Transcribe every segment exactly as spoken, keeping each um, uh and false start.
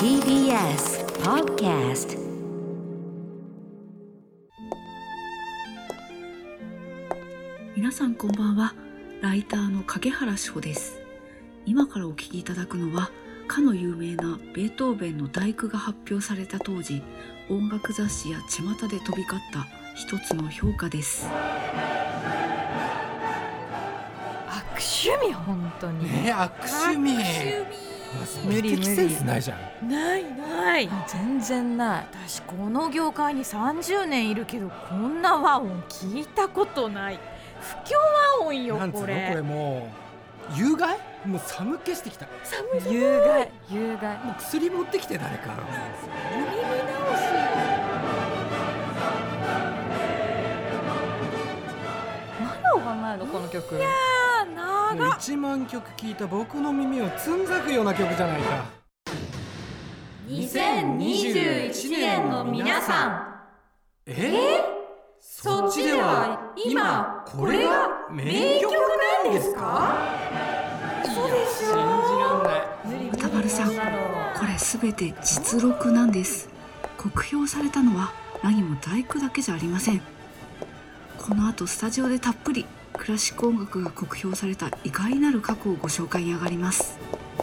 ティービーエス Podcast。 皆さんこんばんは。ライターの影原志保です。今からお聞きいただくのは、かの有名なベートーベンの第九が発表された当時、音楽雑誌や巷で飛び交った一つの評価です。 悪趣味、本当にねえ、悪趣味。無理無理。センスないじゃん。 ないない、全然ない。私この業界にさんじゅうねんいるけど、こんな和音聞いたことない。不協和音よ。 なんつうのこれこれもう有害？もう寒気してきた。 寒い。有害有害。 もう薬持ってきて誰か。 耳見直し。まだわかんないのこの曲。いやー長っ。 もういちまんきょく聴いた僕の耳をつんざくような曲じゃないか。 にせんにじゅういちねんの皆さん。 え？そっちでは今これが名曲なんですか？ 嘘でしょ。 信じらんない。 歌丸さん、これすべて実録なんです。酷評されたのは何も第九だけじゃありません。この後スタジオでたっぷりクラシック音楽が酷評された意外なる過去をご紹介に上がります。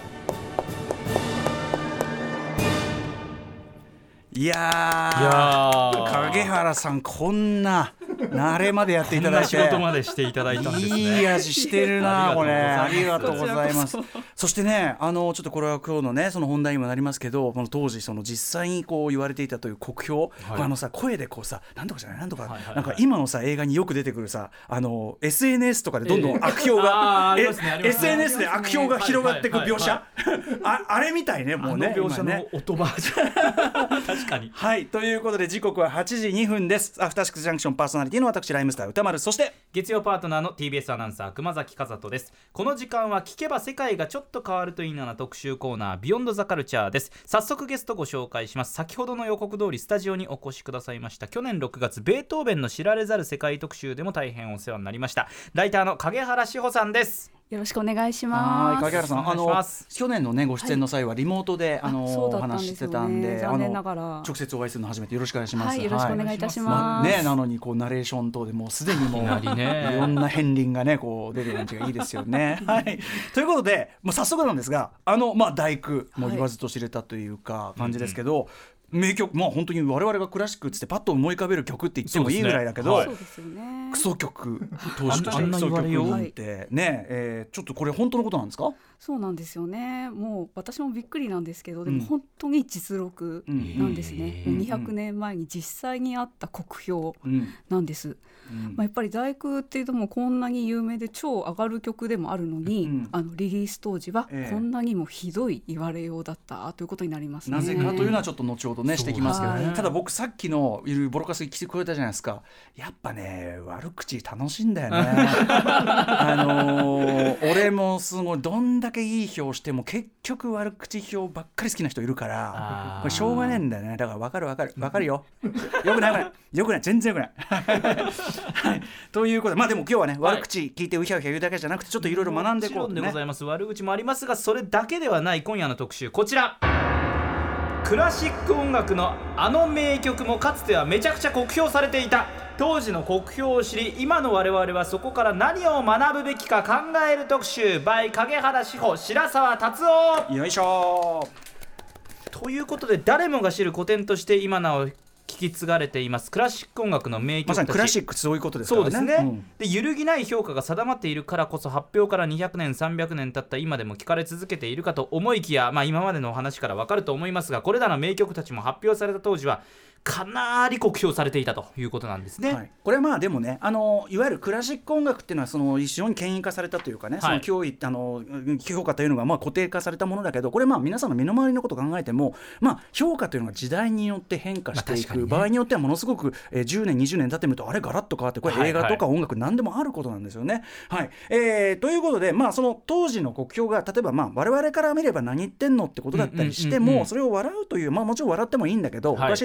いやー、いやー影原さん、こんな慣れまでやっていただいて、 こんな仕事までしていただいたんですね。 いい味してるなこれ。ありがとうございます。 こちらこそしてね、あのちょっとこれは今日のねその本題にもなりますけど、この当時その実際にこう言われていたという酷評、はい、これあのさ声でこうさなんとかじゃないなんとか、はいはいはい、なんか今のさ映画によく出てくるさ、あの エスエヌエス とかでどんどん悪評が、えーね、エスエヌエス で悪評が広がっていく描写、あ, あれみたいね、もうね、 あの描写の音バージョン確かに。 はい、ということで時刻ははちじにふんです。アフターシックスジャンクションパーソナリティの私ライムスター歌丸、そして月曜パートナーの ティービーエス アナウンサー熊崎和人です。この時間は聞けば世界がちょっと変わるといいなな特集コーナービヨンドザカルチャーです。早速ゲストご紹介します。先ほどの予告通りスタジオにお越しくださいました。去年ろくがつベートーベンの知られざる世界特集でも大変お世話になりましたライターの影原志保さんです。 よろしくお願いします。 はい、影原さん、あの去年のねご出演の際はリモートで、はい、あのお話ししてたんで、 残念ながら直接お会いするの初めてよろしくお願いします。 はい、よろしくお願いいたします。 まあ、ね、なのにこうナレーション等でもうすでにもうい, ね、いろんな片鱗がねこう出てる感じがいいですよね。はい、ということでもう早速なんですが、あのまあ第九もう言わずと知れたというか感じですけど。はい、うんうん、名曲、まあ本当に我々がクラシックっつってパッと思い浮かべる曲って言ってもいいぐらいだけど、 そうですね、 クソ曲当時としてクソ曲ってね、えー、ちょっとこれ本当のことなんですか？ そうなんですよね。もう私もびっくりなんですけど、でも本当に実録なんですね、うん、もうにひゃくねんまえに実際にあった酷評なんです、うん、まあ、やっぱり第九っていうともこんなに有名で超上がる曲でもあるのに、うん、あのリリース当時はこんなにもひどい言われようだったということになりますね。 なぜかというのはちょっと後ほどねしてきますけど、 はい、 ただ僕さっきのいるボロカス聞こえたじゃないですか。やっぱね悪口楽しいんだよねあのー、俺もすごいどんだけいい評しても結局悪口評ばっかり好きな人いるから、これしょうがねえんだよね。だから分かる分かる分かるよよくないよくないよくない全然よくないはい、ということで、まあでも今日はね、はい、悪口聞いてうひゃうひゃ言うだけじゃなくてちょっといろいろ学んでいこう、ね、 もちろんでございます。悪口もありますがそれだけではない今夜の特集、こちらクラシック音楽のあの名曲もかつてはめちゃくちゃ酷評されていた。当時の酷評を知り今の我々はそこから何を学ぶべきか考える特集 by 影原志保白澤達夫。 よいしょということで誰もが知る古典として今なお聞き継がれていますクラシック音楽の名曲たち。 まさにクラシックってそういうことですからね。 そうですね、 うん、 で揺るぎない評価が定まっているからこそ発表からにひゃくねんさんびゃくねん経った今でも聞かれ続けているかと思いきや、まあ、今までのお話から分かると思いますが、これらの名曲たちも発表された当時はかなり酷評されていたということなんですね、 はい、これはまあでもね、あのいわゆるクラシック音楽っていうのはその非常に権威化されたというかね、はい、その脅威あの評価というのがまあ固定化されたものだけど、これまあ皆さんの身の回りのことを考えても、まあ、評価というのが時代によって変化していく、まあね、場合によってはものすごく、えー、じゅうねんにじゅうねん経ってみるとあれガラッと変わって、これ映画とか音楽何でもあることなんですよね、はいはい、えー、ということで、まあ、その当時の酷評が例えばまあ我々から見れば何言ってんのってことだったりしても、うんうんうんうん、それを笑うという、まあ、もちろん笑ってもいいんだけど、はい、おかしいとこもあるんだけど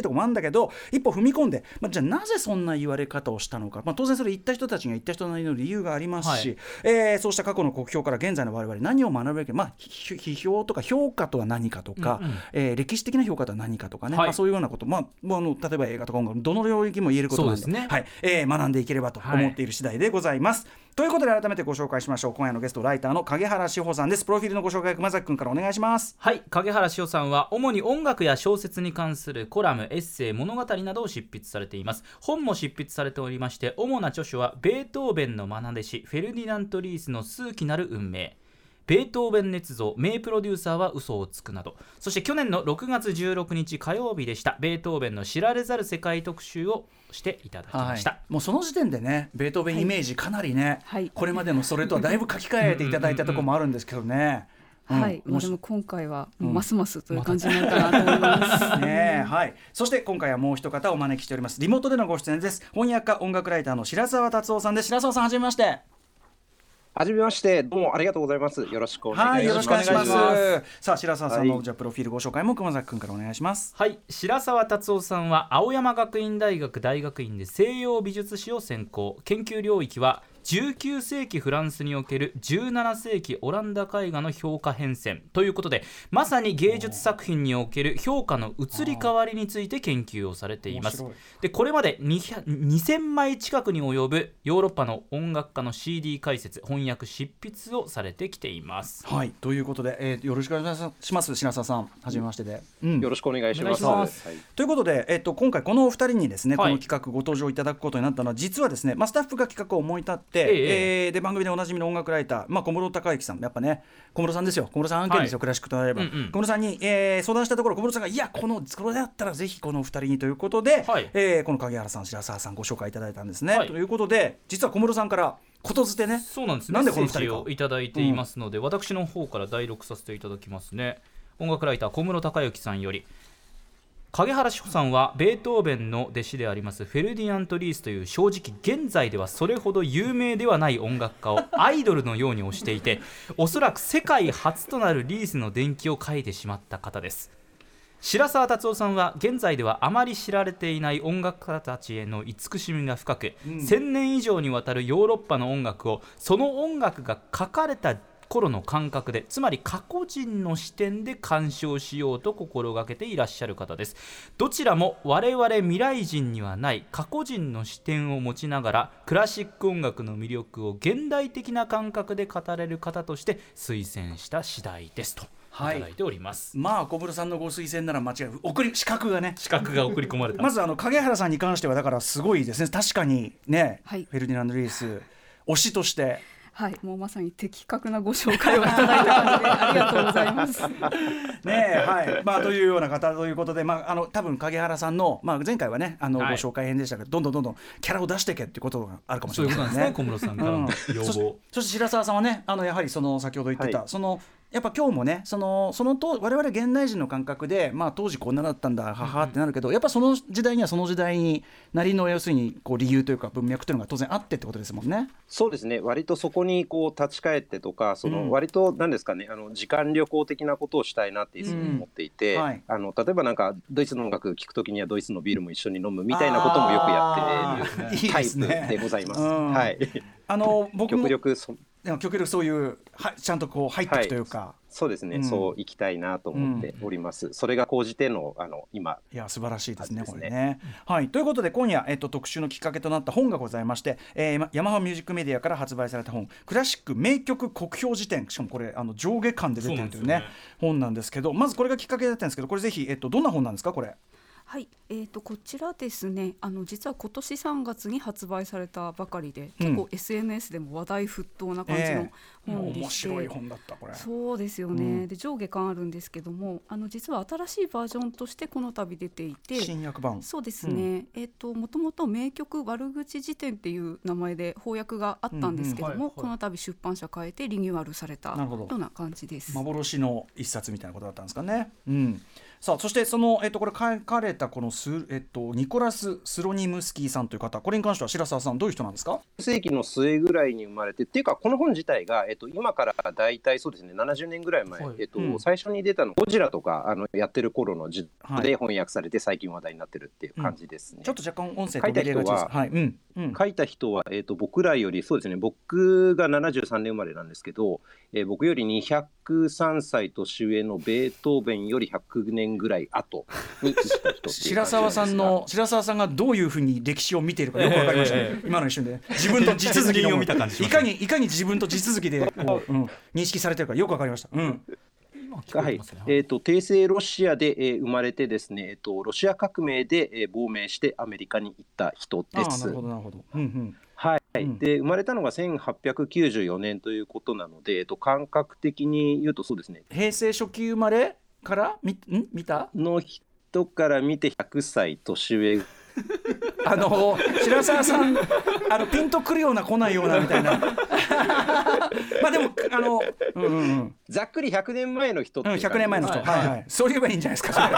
けど一歩踏み込んで、まあ、じゃあなぜそんな言われ方をしたのか、まあ、当然それ言った人たちが言った人なりの理由がありますし、はい、えー、そうした過去の国評から現在の我々何を学ぶべきか、まあ、批評とか評価とは何かとか、うんうん、えー、歴史的な評価とは何かとかね、はい、まあ、そういうようなこと、まあ、あの例えば映画とか音楽どの領域も言えることなんで、ね、はい、えー、学んでいければと思っている次第でございます、はい、ということで改めてご紹介しましょう。今夜のゲストライターの影原志保さんです。プロフィールのご紹介熊崎くんからお願いします。 はい、影原志保さんは主に音楽や小説に関するコラム、エッセイ、物語などを執筆されています。本も執筆されておりまして、主な著書はベートーベンの愛弟子フェルディナント・リースの数奇なる運命、ベートーベン捏造、名プロデューサーは嘘をつくなど、そして去年のろくがつじゅうろくにち火曜日でしたベートーベンの知られざる世界特集をしていただきました、はい、 もうその時点でねベートーベンイメージかなりね、はい、これまでのそれとはだいぶ書き換えていただいたところもあるんですけどね、 うん、はい、うん、でも今回はますますという感じになるかなと思います、 うん、ね、はい、そして今回はもう一方お招きしております。リモートでのご出演です。翻訳家音楽ライターの白澤達夫さんです。白澤さん、はじめまして。 はじめまして、どうもありがとうございます。よろしくお願いします。はい、よろしくお願いします。 さあ、白澤さんの、はい、じゃあプロフィールご紹介も熊崎くんからお願いします。 はい、白澤達夫さんは青山学院大学大学院で西洋美術史を専攻。研究領域はじゅうきゅうせいきフランスにおけるじゅうななせいきオランダ絵画の評価変遷ということで、まさに芸術作品における評価の移り変わりについて研究をされています。でこれまでにせんまい近くに及ぶヨーロッパの音楽家の シーディー 解説、翻訳、執筆をされてきています。 はい、ということで、えー、よろしくお願いします。白澤さん、はじめましてで、 うん、よろしくお願いします。はい、 ということで、えー、と今回このお二人にですね、はい、この企画ご登場いただくことになったのは、実はですね、まあ、スタッフが企画を思い立って、えーえーで番組でおなじみの音楽ライター、まあ、小室孝之さん、やっぱね小室さんですよ、小室さん案件ですよ、はい、クラシックとなれば、うんうん、小室さんに、えー、相談したところ、小室さんがいやこのこれだったらぜひこのふたりにということで、はい、えー、この影原さん、白澤さんご紹介いただいたんですね、はい、ということで実は小室さんからことづてね、 そうなんです、なんでこのふたりかをいただいていますので、うん、私の方から代読させていただきますね。音楽ライター小室孝之さんより、影原志保さんはベートーベンの弟子でありますフェルディナント・リースという正直現在ではそれほど有名ではない音楽家をアイドルのように推していて、おそらく世界初となるリースの伝記を書いてしまった方です。白澤達夫さんは現在ではあまり知られていない音楽家たちへの慈しみが深く、うん、せんねん以上にわたるヨーロッパの音楽をその音楽が書かれた頃の感覚で、つまり過去人の視点で鑑賞しようと心がけていらっしゃる方です。どちらも我々未来人にはない過去人の視点を持ちながらクラシック音楽の魅力を現代的な感覚で語れる方として推薦した次第ですといただいております、 はい、まあ小室さんのご推薦なら間違いない、送り資格がね資格が送り込まれたまずあの影原さんに関してはだからすごいですね、確かにね、はい、フェルディナンド・リース推しとしてはい、もうまさに的確なご紹介をいただいた感じでありがとうございますねえ、はい、まあ、というような方ということで、まあ、あの多分影原さんの、まあ、前回はねあの、はい、ご紹介編でしたけど、どんどんどんどんキャラを出していけっていうことがあるかもしれないですね。 そういうことなんですね、小室さんからの要望、うん、そ, そして白澤さんはね、あのやはりその先ほど言ってた、はい、そのやっぱ今日もねそのそのと我々現代人の感覚で、まあ、当時こんなだったんだ母ってなるけど、やっぱその時代にはその時代になりの要するにこう理由というか文脈というのが当然あってってことですもんね。 そうですね、割とそこにこう立ち返ってとか、その割と何ですかね、あの時間旅行的なことをしたいなっていつも思っていて、うん、はい、あの例えばなんかドイツの音楽聴くときにはドイツのビールも一緒に飲むみたいなこともよくやっているタイプでございます。いいですね、うん、はい、 あの僕も極力そ極力そういうはちゃんとこう入っていくというか、はい、 そうですね、うん、そういきたいなと思っております、うん、それが高じての、あの今いや素晴らしいですね、これね、はい、ということで今夜、えっと、特集のきっかけとなった本がございまして、えー、ヤマハミュージックメディアから発売された本、クラシック名曲国評辞典、しかもこれあの上下巻で出てるというね、本なんですけど、まずこれがきっかけだったんですけど、これぜひ、えっと、どんな本なんですかこれ。 はい、えー、とこちらですね、あの実は今年さんがつに発売されたばかりで、うん、結構 エスエヌエス でも話題沸騰な感じの本でして、えー、面白い本だったこれ。 そうですよね、うん、で上下巻あるんですけども、あの実は新しいバージョンとしてこの度出ていて、 新訳版。 そうですね、うん、えー、ともともと名曲悪口辞典っていう名前で翻訳があったんですけども、うんうんはいはい、この度出版社変えてリニューアルされたような感じです。 幻の一冊みたいなことだったんですかね。うん、 さあそしてその、えっと、これ書かれたこのス、えっと、ニコラス・スロニムスキーさんという方、これに関しては白澤さんどういう人なんですか？ 世紀の末ぐらいに生まれてっていうか、この本自体が、えっと、今からだいたいそうですねななじゅうねんぐらい前、はいえっとうん、最初に出たのゴジラとかあのやってる頃の時代で翻訳されて最近話題になってるっていう感じですね、うん、 ちょっと若干音声途切れがちです。はいうんうん、 書いた人は、えっと、僕らよりそうですね僕がななじゅうさんねん生まれなんですけど、えー、僕よりにひゃくさんさい年上のベートーベンよりひゃくねんぐらい後に生きた人白澤さんの白澤さんがどういうふうに歴史を見ているかよく分かりましたね、えー、今の一瞬で自分と地続きのを見た感じします、 いかにいかに自分と地続きでこう、うん、認識されてるかよく分かりました、うんはい、えーと、帝政ロシアで、えー、生まれてですね、えーと、ロシア革命で、えー、亡命してアメリカに行った人です。 あ、なるほどなるほど、うんうんはいうん、で生まれたのがせんはっぴゃくきゅうじゅうよねんということなので、えーと、感覚的に言うとそうですね平成初期生まれからみん見たの人から見てひゃくさい年上あの白澤さんあのピンとくるような来ないようなみたいなまあでもあの、うんうんうん、 ざっくりひゃくねんまえの人っていう、 うん、ひゃくねんまえの人、はいはいはい、そう言えばいいんじゃないですかそれ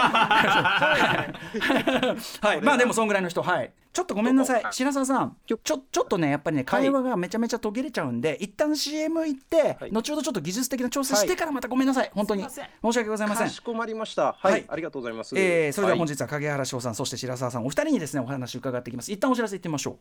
はい、まあでもそんぐらいの人、はい、ちょっとごめんなさい白澤さんちょ、ちょっとねやっぱりね会話がめちゃめちゃ途切れちゃうんで、はい、一旦 シーエム 行って、はい、後ほどちょっと技術的な調整してからまたごめんなさい、はい、本当に申し訳ございません。 かしこまりました、はい、はい、ありがとうございます、 えー、それでは本日は影原翔さん、そして白澤さんお二人にですねお話伺っていきます。一旦お知らせいってみましょう。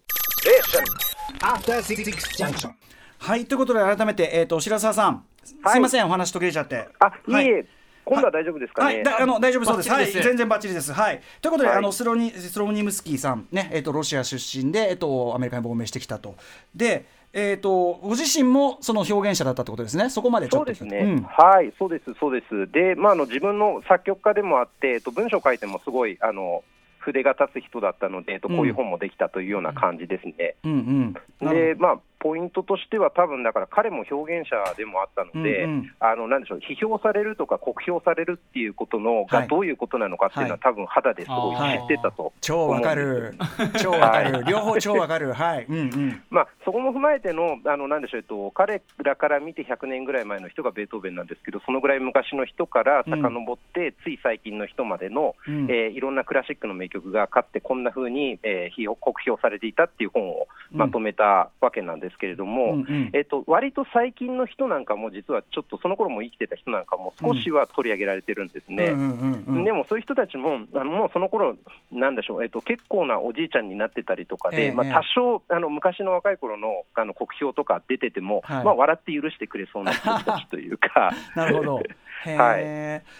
はい、ということで改めて、えー、と白澤さん、はい、すいませんお話途切れちゃって。 あ、いいえ、 はい、 今度は大丈夫ですかね。 はい、だあの大丈夫そうです。はい、全然バッチリです。はい。ということで、はい、あのスロニスロニムスキーさんね、えっ、ー、とロシア出身でえっ、ー、とアメリカに亡命してきたと。で、えっ、ー、とご自身もその表現者だったってことですね。そこまでちょっと。 そうですね。うん、はい、そうですそうです。で、まああの自分の作曲家でもあって、えっと文章書いてもすごいあの。筆が立つ人だったので、こういう本もできたというような感じですね。 うんうん、 で、まあ、ポイントとしては多分だから彼も表現者でもあったので、うんうん、あのなんでしょう、批評されるとか酷評されるっていうことのがどういうことなのかっていうのは、はい、多分肌ですごい知ってたと、はい、 超わかる超わかる、はい、両方超わかるはい、うんうん、 まあ、そこも踏まえての、あのなんでしょう、えっと、彼らから見てひゃくねんぐらい前の人がベートーベンなんですけど、そのぐらい昔の人から遡って、うん、つい最近の人までの、うん、えー、いろんなクラシックの名曲がかってこんな風に、えー、酷評されていたっていう本をまとめたわけなんですけれども、うんうん、えっと、割と最近の人なんかも実はちょっとその頃も生きてた人なんかも少しは取り上げられてるんですね、うんうんうんうん、でもそういう人たちもあのもうその頃なんでしょう、えっと、結構なおじいちゃんになってたりとかで、えーまあ、多少あの昔の若い頃のあの酷評とか出てても、はい、まあ、笑って許してくれそうな人たちというかなるほどはい、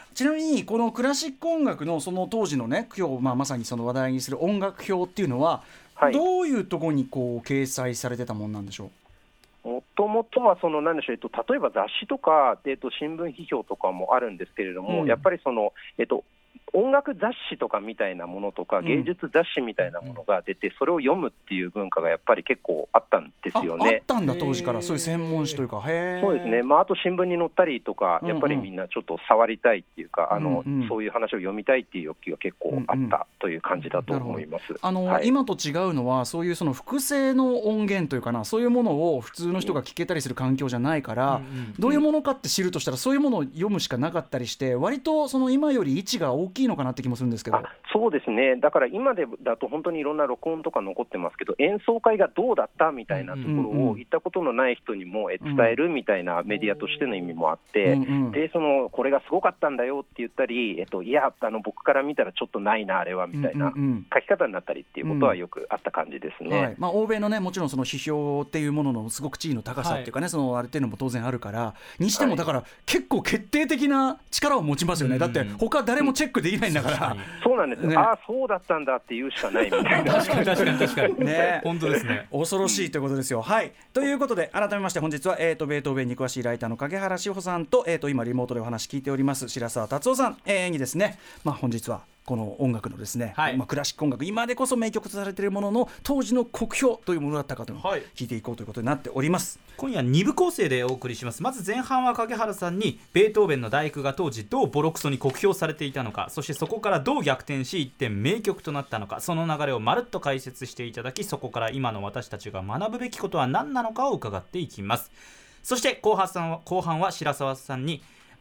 ちなみにこのクラシック音楽のその当時のね今日、まあ、まさにその話題にする音楽表っていうのは、はい、どういうところにこう掲載されてたもんなんでしょう？ もともとはそのなんでしょう、えっと、例えば雑誌とか、えっと、新聞批評とかもあるんですけれども、うん、やっぱりその、えっと音楽雑誌とかみたいなものとか芸術雑誌みたいなものが出て、それを読むっていう文化がやっぱり結構あったんですよね。 あ, あったんだ当時からそういう専門誌というか。へそうですね、まあ、あと新聞に載ったりとかやっぱりみんなちょっと触りたいっていうか、うんうん、あの、うんうん、そういう話を読みたいっていう欲求が結構あったという感じだと思います、うんうん、 あの、はい、今と違うのはそういうその複製の音源というかな、そういうものを普通の人が聞けたりする環境じゃないから、うんうん、どういうものかって知るとしたらそういうものを読むしかなかったりして、割とその今より位置が大きいのかなって気もするんですけど。 あそうですね、だから今でだと本当にいろんな録音とか残ってますけど、演奏会がどうだったみたいなところを行ったことのない人にも伝えるみたいなメディアとしての意味もあって、うんうん、でそのこれがすごかったんだよって言ったり、えっと、いやあの僕から見たらちょっとないなあれはみたいな書き方になったりっていうことはよくあった感じですね、うんはい、 まあ、欧米のねもちろんその批評っていうもののすごく地位の高さっていうかね、はい、そのある程度も当然あるからにしても、だから結構決定的な力を持ちますよね、はい、だって他誰もチェックできないんだから、うん、 そうなんです、ね、ああそうだったんだって言うしかないみたいな確かに確かに確かにね、 本当ですね、 恐ろしいということですよ。はい、ということで改めまして本日は、えー、とベートーベンに詳しいライターの影原志保さんと、えー、と今リモートでお話聞いております白澤達夫さん、えー、にですね、まあ、本日はこの音楽のですね、はい、まあ、クラシック音楽今でこそ名曲とされているものの当時の酷評というものだったかというのを聞いていこうということになっております、 はい、今夜に部構成でお送りします。まず前半は影原さんにベートーベンの第九が当時どうボロクソに酷評されていたのか、そしてそこからどう逆転し一点名曲となったのか、その流れをまるっと解説していただき、そこから今の私たちが学ぶべきことは何なのかを伺っていきます。そして後半は、後半は白澤さんに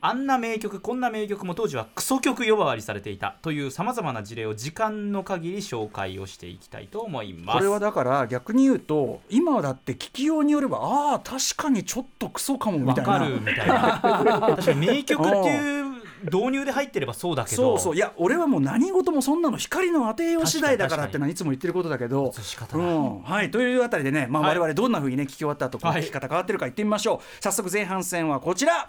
あんな名曲こんな名曲も当時はクソ曲呼ばわりされていたというさまざまな事例を時間の限り紹介をしていきたいと思います。 これはだから逆に言うと今だって聞きようによればああ確かにちょっとクソかもみたいな、 わかるみたいな確かに名曲っていう導入で入ってればそうだけど、 そうそう、いや俺はもう何事もそんなの光の当てよう次第だからってのはいつも言ってることだけど、うん、はい、というあたりでね、まあ、我々どんな風にね聞き終わった後こう聞き方変わってるか言ってみましょう、はい、早速前半戦はこちら。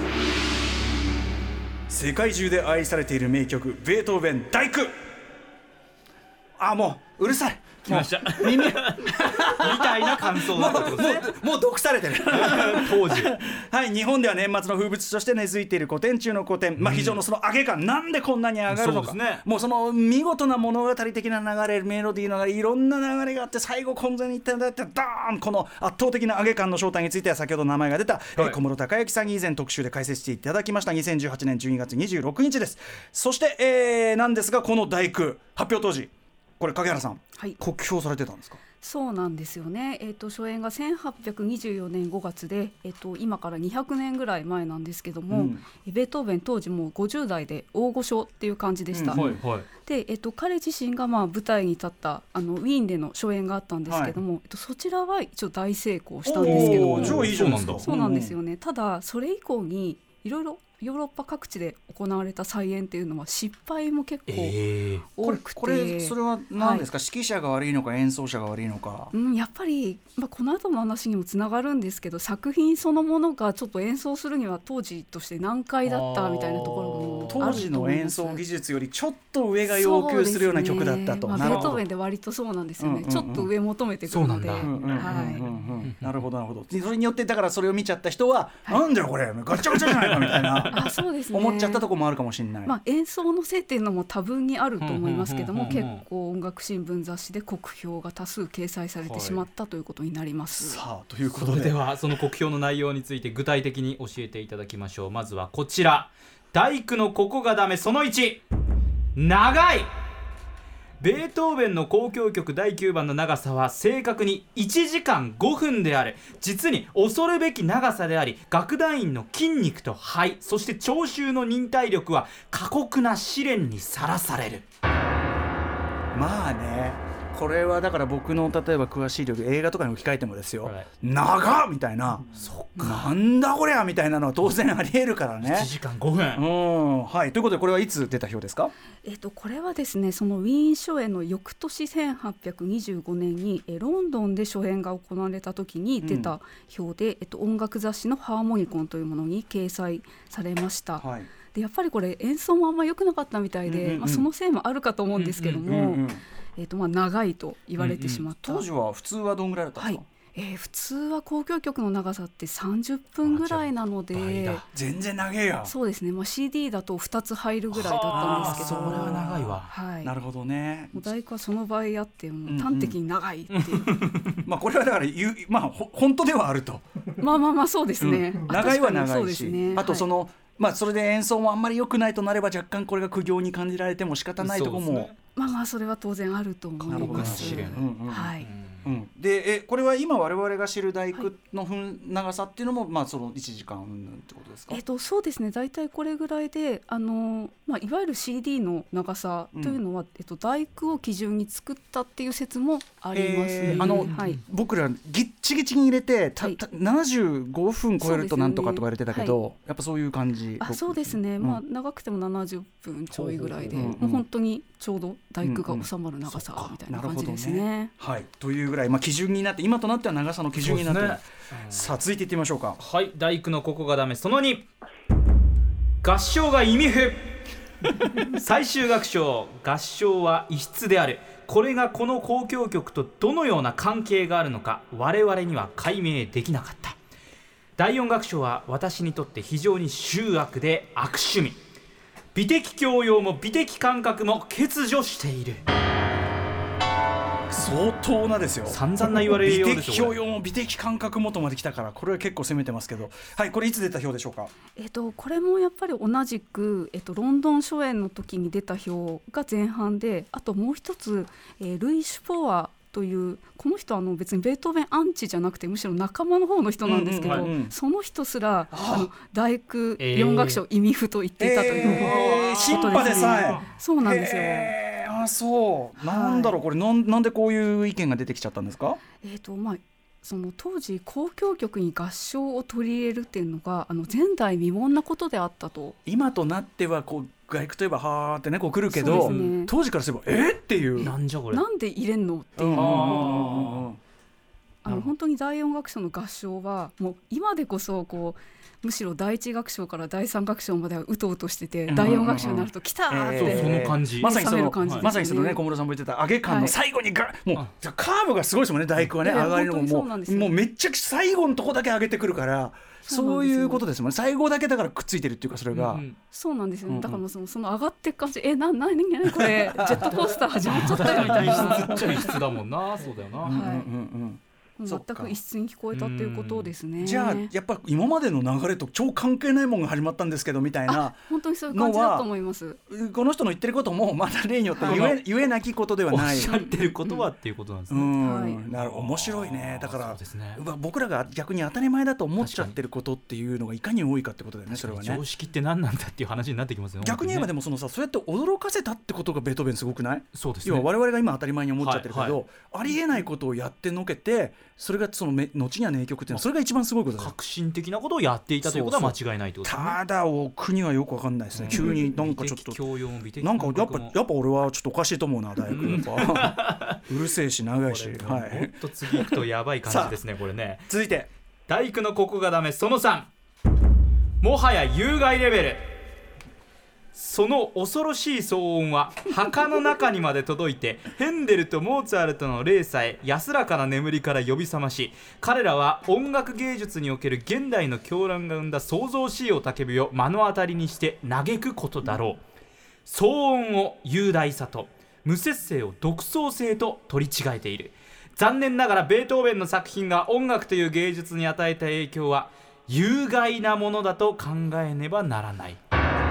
世界中で愛されている名曲ベートーベン第九。あ、もううるさい、 来ました耳みたいな感想だったってことですね。 もう、もう毒されてる当時はい、日本では年末の風物詩として根付いている古典中の古典、まあ、非常のその上げ感、なんでこんなに上がるのか、 そうですね、 もうその見事な物語的な流れ、メロディーの流れ、いろんな流れがあって、最後混然にいったんだってドーン、この圧倒的な上げ感の正体については先ほど名前が出た、はい、えー、小室孝之さんに以前特集で解説していただきましたにせんじゅうはちねんじゅうにがつにじゅうろくにちです。そして、えー、なんですがこの第九発表当時これ影原さん、はい、酷評されてたんですか？ そうなんですよね、えー、と初演がせんはっぴゃくにじゅうよねんごがつで、えー、と今からにひゃくねんぐらい前なんですけども、うん、ベートーベン当時もうごじゅうだいで大御所っていう感じでした、うん、はいはい、で、えー、と彼自身がまあ舞台に立ったあのウィーンでの初演があったんですけども、はい、えー、とそちらは一応大成功したんですけども、 じゃあいいじゃないですか。 そうなんですよね、ただそれ以降にいろいろヨーロッパ各地で行われた再演っていうのは失敗も結構多くて、 これ、これそれは何ですか、はい、指揮者が悪いのか演奏者が悪いのか、 うん、やっぱり、まあ、この後の話にもつながるんですけど、作品そのものがちょっと演奏するには当時として難解だったみたいなところもあると思います。 当時の演奏技術よりちょっと上が要求するような曲だったと、 ね、まあ、ベートーベンで割とそうなんですよね、うんうんうん、ちょっと上求めてくるので、 なるほどなるほど、それによってだからそれを見ちゃった人は、はい、なんだよこれガチャガチャじゃないかみたいなあ、そうですね、 思っちゃったところもあるかもしれない、 まあ、演奏のせいっていうのも多分にあると思いますけども、結構音楽新聞雑誌で酷評が多数掲載されてしまったということになります、 はい、さあということで、 それではその酷評の内容について具体的に教えていただきましょう。まずはこちら、第九のここがダメそのいち、長い。ベートーベンの交響曲だいきゅうばんの長さは正確にいちじかんごふんである。実に恐るべき長さであり、楽団員の筋肉と肺、そして聴衆の忍耐力は過酷な試練にさらされる。 まあね、これはだから僕の例えば詳しい力、映画とかに置き換えてもですよ、長っみたいな、そっかなんだこりゃみたいなのは当然ありえるからね。 いちじかんごふん、 うん、はい、ということでこれはいつ出た表ですか？ えっと、これはですね、そのウィーン初演の翌年せんはっぴゃくにじゅうごねんにえロンドンで初演が行われた時に出た表で、うん、えっと、音楽雑誌のハーモニコンというものに掲載されました、はい、でやっぱりこれ演奏もあんま良くなかったみたいで、うんうんうん、まあ、そのせいもあるかと思うんですけども、うんうんうん、えーとまあ、長いと言われてしまった、 うんうん、当時は普通はどんぐらいだったんですか？ はい、えー、普通は交響曲の長さってさんじゅっぷんぐらいなので、 全然長いや。 そうですね、まあ、シーディー だとふたつ入るぐらいだったんですけど、 それは長いわ、 はい、 なるほどね。 もう第九はその場合あってもう端的に長いっていう、うんうん、 まあこれはだから言う、まあ、ほ本当ではあるとまあまあまあそうですね、うん、 長いは長いし、 ね、 あとその、はい、まあ、それで演奏もあんまり良くないとなれば若干これが苦行に感じられても仕方ないところも、ね、 まあまあそれは当然あると思います。 うんうん、 はい、 うん、でえこれは今我々が知る第九の分長さっていうのも、はい、まあ、そのいちじかんってことですか？ えっと、そうですね、大体これぐらいで、あの、まあ、いわゆる シーディー の長さというのは、うん、えっと、第九を基準に作ったっていう説もありますね。 あの、はい、僕らギッチギチに入れてた、はい、たななじゅうごふん超えるとなんとかとか言われてたけど、ね、はい、やっぱそういう感じ。 あ、そうですね、うん、まあ、長くてもななじゅっぷんちょいぐらいで、うんうん、もう本当にちょうど第九が収まる長さみたいな感じですね。うんうん、ね、はい、 というぐらい、まあ、基準になって今となっては長さの基準になってる、ね、うん、さあ続いていってみましょうか。 はい、第九のここがダメそのに、合唱が意味不最終楽章、合唱は異質である。これがこの交響曲とどのような関係があるのか我々には解明できなかった。第四楽章は私にとって非常に醜悪で悪趣味、美的教養も美的感覚も欠如している。 相当なですよ、 散々な言われるようでしょ。 美的教養も美的感覚もとまで来たから、これは結構攻めてますけど、はい、これいつ出た表でしょうか？ えっと、これもやっぱり同じく、えっと、ロンドン初演の時に出た表が前半で、あともう一つ、えー、ルイ・シュポアというこの人はあの別にベートーベンアンチじゃなくてむしろ仲間の方の人なんですけど、うんうんはい、その人すらあの第九よん楽章意味譜と言っていたという、 えー、シンパでさえそうなんですよ、 えー、あそうなんだろう、これなんなんでこういう意見が出てきちゃったんですか？ えーとまあその当時交響曲に合唱を取り入れるっていうのがあの前代未聞なことであったと。 今となってはこう外句といえばはーってねこう来るけど、ね、当時からすればえっていうなんじゃこれなんで入れんのっていう、うん、ああの本当に第四楽章の合唱はもう今でこそこうむしろ第一楽章から第三楽章まではうとうとしてて、うん、だいよん楽章になると来たーって、 えー、その感じまさにその、 ね、 まさにそのね小室さんも言ってた上げ感の最後にが、はい、もうカーブがすごいですもんね第九はね、上がりのもう、もうめっちゃ最後のとこだけ上げてくるからそういうことですもんね。最後だけだからくっついてるっていうかそれが、うんうん、 そうなんですよ、ね、だからその、その上がっていく感じえななになにこれジェットコースター始まっちゃったよみたいな異質っちゃ異質だもんなそうだよな、はい、うんうんうん全く異質に聞こえたということですね。 じゃあやっぱ今までの流れと超関係ないものが始まったんですけどみたいな本当にそういう感じだと思います。 この人の言ってることもまだ例によって言え、はい、言えなきことではない。 おっしゃってることはっていうことなんですね。 うんはい、なる面白いね。だから、ね、僕らが逆に当たり前だと思っちゃってることっていうのがいかに多いかってことだよね。それはね常識って何なんだっていう話になってきますよね。 逆に言えばでもそのさそうやって驚かせたってことがベートーベンすごくない？ そうですね。 要は我々が今当たり前に思っちゃってるけど、はいはい、ありえないことをやってのけてそれがそのめ後には名曲っていうのはそれが一番すごいことだよ。 革新的なことをやっていたということは間違いないということですね。 ただ奥にはよく分かんないですね、うん、急になんかちょっとなんかやっぱやっぱ俺はちょっとおかしいと思うな大工やっぱうるせえし長いし、はい、 もっと次行くとやばい感じですねこれね。 続いて大工のここがダメそのさんもはや有害レベル。その恐ろしい騒音は墓の中にまで届いてヘンデルとモーツァルトの霊さえ安らかな眠りから呼び覚まし、彼らは音楽芸術における現代の狂乱が生んだ創造しい雄たけびを目の当たりにして嘆くことだろう。騒音を雄大さと無節制を独創性と取り違えている。残念ながらベートーベンの作品が音楽という芸術に与えた影響は有害なものだと考えねばならない。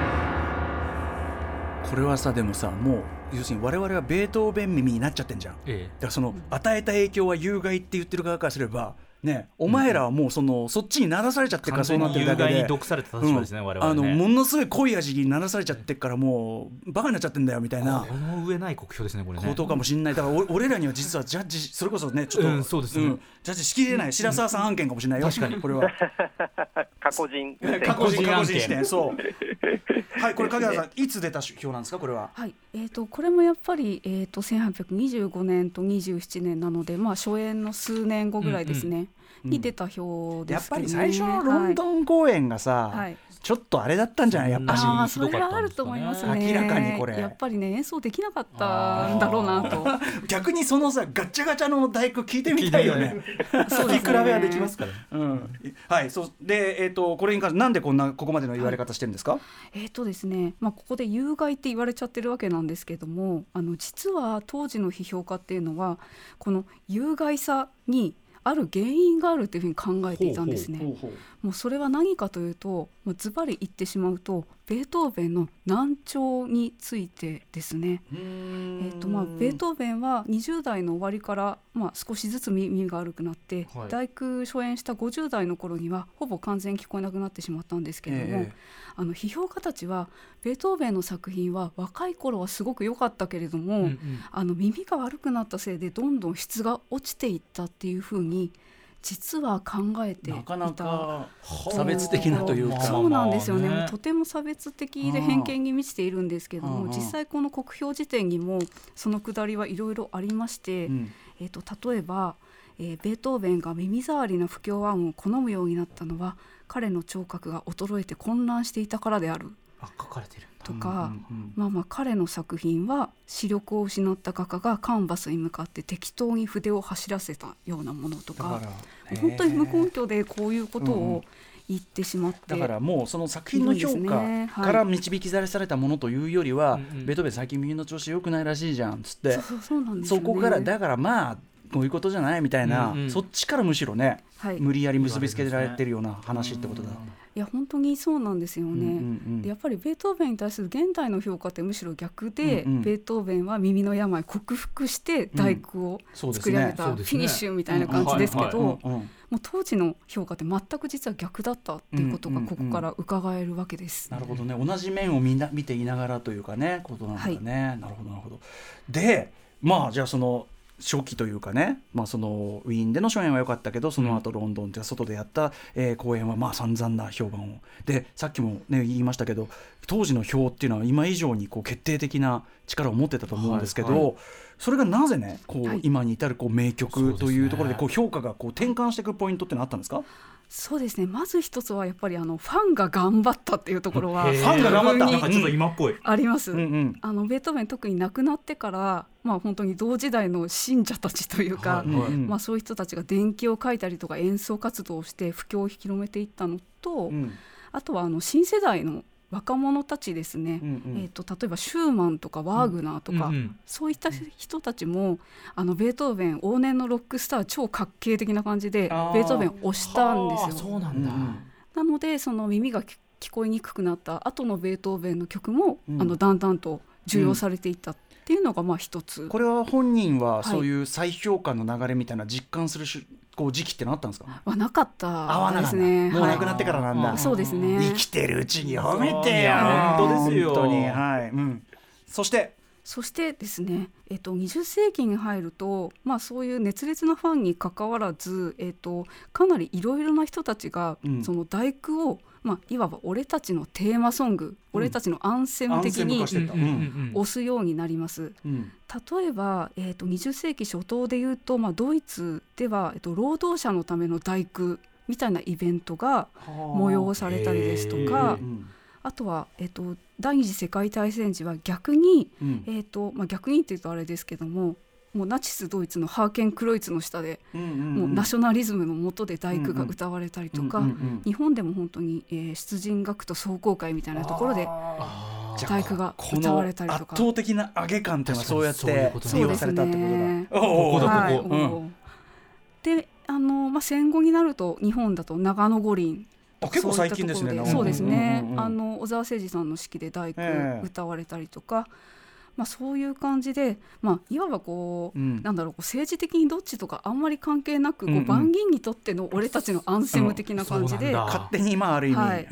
これはさでもさもう要するに我々はベートーベン耳になっちゃってんじゃん、ええ、だからその与えた影響は有害って言ってる側からすればね、お前らはもう そ, の、うん、そっちにならされちゃってるからそうなってるだけで完全に有害に毒された立場ですね、うん、我々ね。 あのものすごい濃い味にならされちゃってるからもうバカになっちゃってんだよみたいなこの上ない酷評ですねこれね。 ことかもしんない。だから俺らには実はジャッジそれこそねちょっと、うんそうですねうん、ジャッジしきれない白澤さん案件かもしれないよ、うん、確かにこれは過去人過去人過去人視点そうはいこれ影原さんいつ出た表なんですかこれは。 はいえー、とこれもやっぱり、えー、とせんはっぴゃくにじゅうごねんとにじゅうななねんなので、まあ、初演の数年後ぐらいですね、うんうんに出た表ですけどね。 やっぱり最初のロンドン公演がさ、はい、ちょっとあれだったんじゃないやっぱし。 あそれはあると思いますね。 明らかにこれやっぱりね演奏できなかったんだろうなと。 逆にそのさガッチャガチャの大工聞いてみたいよね。 そう聞き比べはできますから、うん、はいそうで、えー、とこれに関してなんでこんなここまでの言われ方してるんですか。はい、 えーとですねまあ、ここで有害って言われちゃってるわけなんですけども、あの実は当時の批評家っていうのはこの有害さにある原因があるというふうに考えていたんですね。ほうほうほうほうもうそれは何かというとズバリ言ってしまうとベートーベンの難聴についてですね。えーとまあ、ベートーベンはにじゅう代の終わりから、まあ、少しずつ耳が悪くなって、はい、大工初演したごじゅう代の頃にはほぼ完全に聞こえなくなってしまったんですけれども、えー、あの批評家たちはベートーベンの作品は若い頃はすごく良かったけれども、うんうん、あの耳が悪くなったせいでどんどん質が落ちていったっていうふうに実は考えていた。 なかなか差別的なというかそうなんですよね。もうとても差別的で偏見に満ちているんですけども、実際この国評辞典にもそのくだりはいろいろありまして、うんえー、と例えば、えー、ベートーベンが耳障りな不協和音を好むようになったのは彼の聴覚が衰えて混乱していたからである。 あ書かれてるんだとか、 うんうんうんまあ、まあ彼の作品は視力を失った画家がカンバスに向かって適当に筆を走らせたようなものとか、本当に無根拠でこういうことを言ってしまって、 うん、だからもうその作品の評価から導き出されたものというよりは、はい、ベートーベン最近耳の調子良くないらしいじゃんっつって、 そうそうそうなんですよね、そこからだからまあこういうことじゃないみたいな、うんうん、そっちからむしろね、はい、無理やり結びつけられてるような話ってことだ。 いや本当にそうなんですよね、うんうんうん、でやっぱりベートーベンに対する現代の評価ってむしろ逆で、うんうん、ベートーベンは耳の病克服して第九を作り上げたフィニッシュみたいな感じですけど、もう当時の評価って全く実は逆だったっていうことがここから伺えるわけです、 うんうんうん、なるほどね、同じ面をみんな見ていながらというかねことなんだね、はい、なるほどなるほど。でまあじゃあその初期というかね、まあ、そのウィーンでの初演は良かったけどその後ロンドンで外でやった、えー、公演はまあ散々な評判をでさっきも、ね、言いましたけど当時の評っていうのは今以上にこう決定的な力を持ってたと思うんですけど、はいはい、それがなぜねこう、はい、今に至るこう名曲というところでこう評価がこう転換していくポイントってのあったんですか？ そうですね、まず一つはやっぱりあのファンが頑張ったっていうところはファンが頑張ったなんかちょっと今っぽいあります、うんうん、あのベートーベン特に亡くなってから、まあ、本当に同時代の信者たちというか、はいはいまあ、そういう人たちが伝記を書いたりとか演奏活動をして布教を広めていったのと、うん、あとはあの新世代の若者たちですね、うんうんえー、と例えばシューマンとかワーグナーとか、うんうん、そういった人たちもあのベートーベン往年のロックスター超かっけー的な感じでベートーベンを推したんですよ。 そうなんだ、うん、 なのでその耳が聞こえにくくなった後のベートーベンの曲も、うん、あのだんだんと受容されていったっていうのがまあ一つ、 うん、これは本人はそういう再評価の流れみたいな実感するし、はいこう時期ってのあったんですか？ はなかったですね。 もう亡くなってからなんだ、 はい、そうですね。 生きてるうちに褒めてよ。 本当ですよ本当に、はいうん、そしてそしてですね、えー、とにじゅっ世紀に入ると、まあ、そういう熱烈なファンに関わらず、えー、とかなりいろいろな人たちが、うん、その第九を、まあ、いわば俺たちのテーマソング、うん、俺たちのアンセム的に推すようになります、うん、例えば、えー、とにじゅっ世紀初頭でいうと、まあ、ドイツでは、えー、と労働者のための第九みたいなイベントが催されたりですとか、あとは、えー、と第二次世界大戦時は逆に、うんえーとまあ、逆にっていうとあれですけども、もうナチスドイツのハーケンクロイツの下で、うんうんうん、もうナショナリズムの下で第九が歌われたりとか、うんうん、日本でも本当に、えー、出陣学徒壮行会みたいなところで第九が歌われたりとか、 圧倒的な上げ感というのはそうやって利用されたってことだ。 ここだここ、はいうん、 であの、まあ、戦後になると日本だと長野五輪、 あ結構最近ですね。 そうですね、うんうんうん、あの小沢誠二さんの指揮で第九歌われたりとか、えーまあ、そういう感じで、まあ、いわばこう、うん、なんだろう、こう政治的にどっちとかあんまり関係なく、うんうん、こう万銀にとっての俺たちのアンセム的な感じで、 うん、勝手にまあある意味、 はいうん、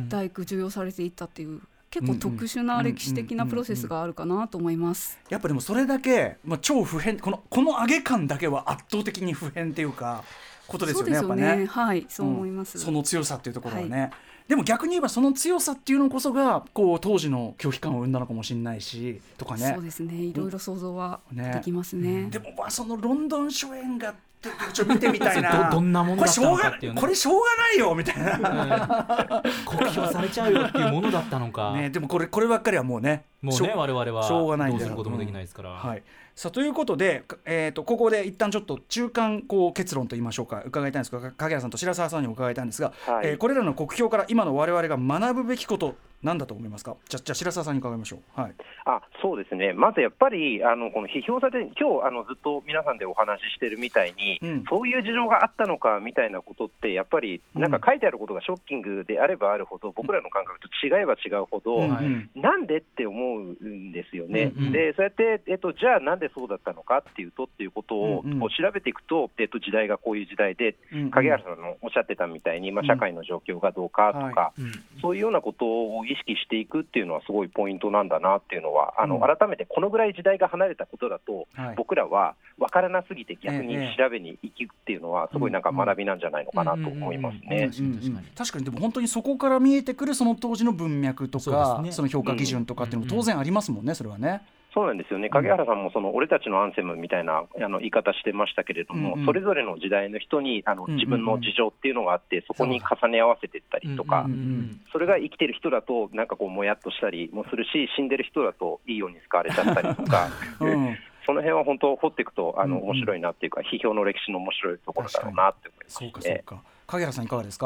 第九受容されていったっていう結構特殊な歴史的なプロセスがあるかなと思います。 やっぱでもそれだけ、まあ、超普遍、この、この上げ感だけは圧倒的に普遍っていうかことですよね。 そうですよね、 やっぱね、 はい、そう思います、 うん、その強さっていうところはね、はい、でも逆に言えばその強さっていうのこそがこう当時の拒否感を生んだのかもしれないしとかね。 そうですね、いろいろ想像はできますね、 ねでもまあそのロンドン初演がちょっと見てみたいなど, どんなものだったのかっていうね、 これしょうがないよみたいな、 ね、酷評されちゃうよっていうものだったのか、 ね、でもこれこればっかりはもうねもうね我々はしょうがないんだどうすることもできないですから、 うんはい、さあということで、えー、とここで一旦ちょっと中間こう結論といいましょうか伺いたいんですが、影原さんと白澤さんにも伺いたいんですが、はいえー、これらの酷評から今の我々が学ぶべきこと何だと思いますか？じゃあ白澤さんに伺いましょう、はい、 あそうですね、まずやっぱりあのこの批評されて今日あのずっと皆さんでお話ししてるみたいに、うん、そういう事情があったのかみたいなことってやっぱりなんか書いてあることがショッキングであればあるほど、うん、僕らの感覚と違えば違うほど、うん、なんでって思うんですよね、うんうん、でそうやって、えっと、じゃあなんでそうだったのかっていうとっていうことを、うんうん、こう調べていくと、えっと、時代がこういう時代で、うんうん、影原さんのおっしゃってたみたいに、まあ、社会の状況がどうかとか、うんはいうん、そういうようなことを意識していくっていうのはすごいポイントなんだなっていうのは、あの、うん、改めてこのぐらい時代が離れたことだと、はい、僕らは分からなすぎて逆に調べに行くっていうのはすごいなんか学びなんじゃないのかなと思いますね。 確かにでも本当にそこから見えてくるその当時の文脈とか そ,、ね、その評価基準とかっていうのも当然ありますもんね、それはね。 そうなんですよね、影原さんもその俺たちのアンセムみたいなあの言い方してましたけれども、うんうん、それぞれの時代の人にあの自分の事情っていうのがあって、そこに重ね合わせていったりとか、うんうんうん、それが生きてる人だとなんかこうもやっとしたりもするし、死んでる人だといいように使われちゃったりとか、うん、その辺は本当掘っていくとあの面白いなっていうか、批評の歴史の面白いところだろうなって思いますね。 そうかそうか。影原さんいかがですか？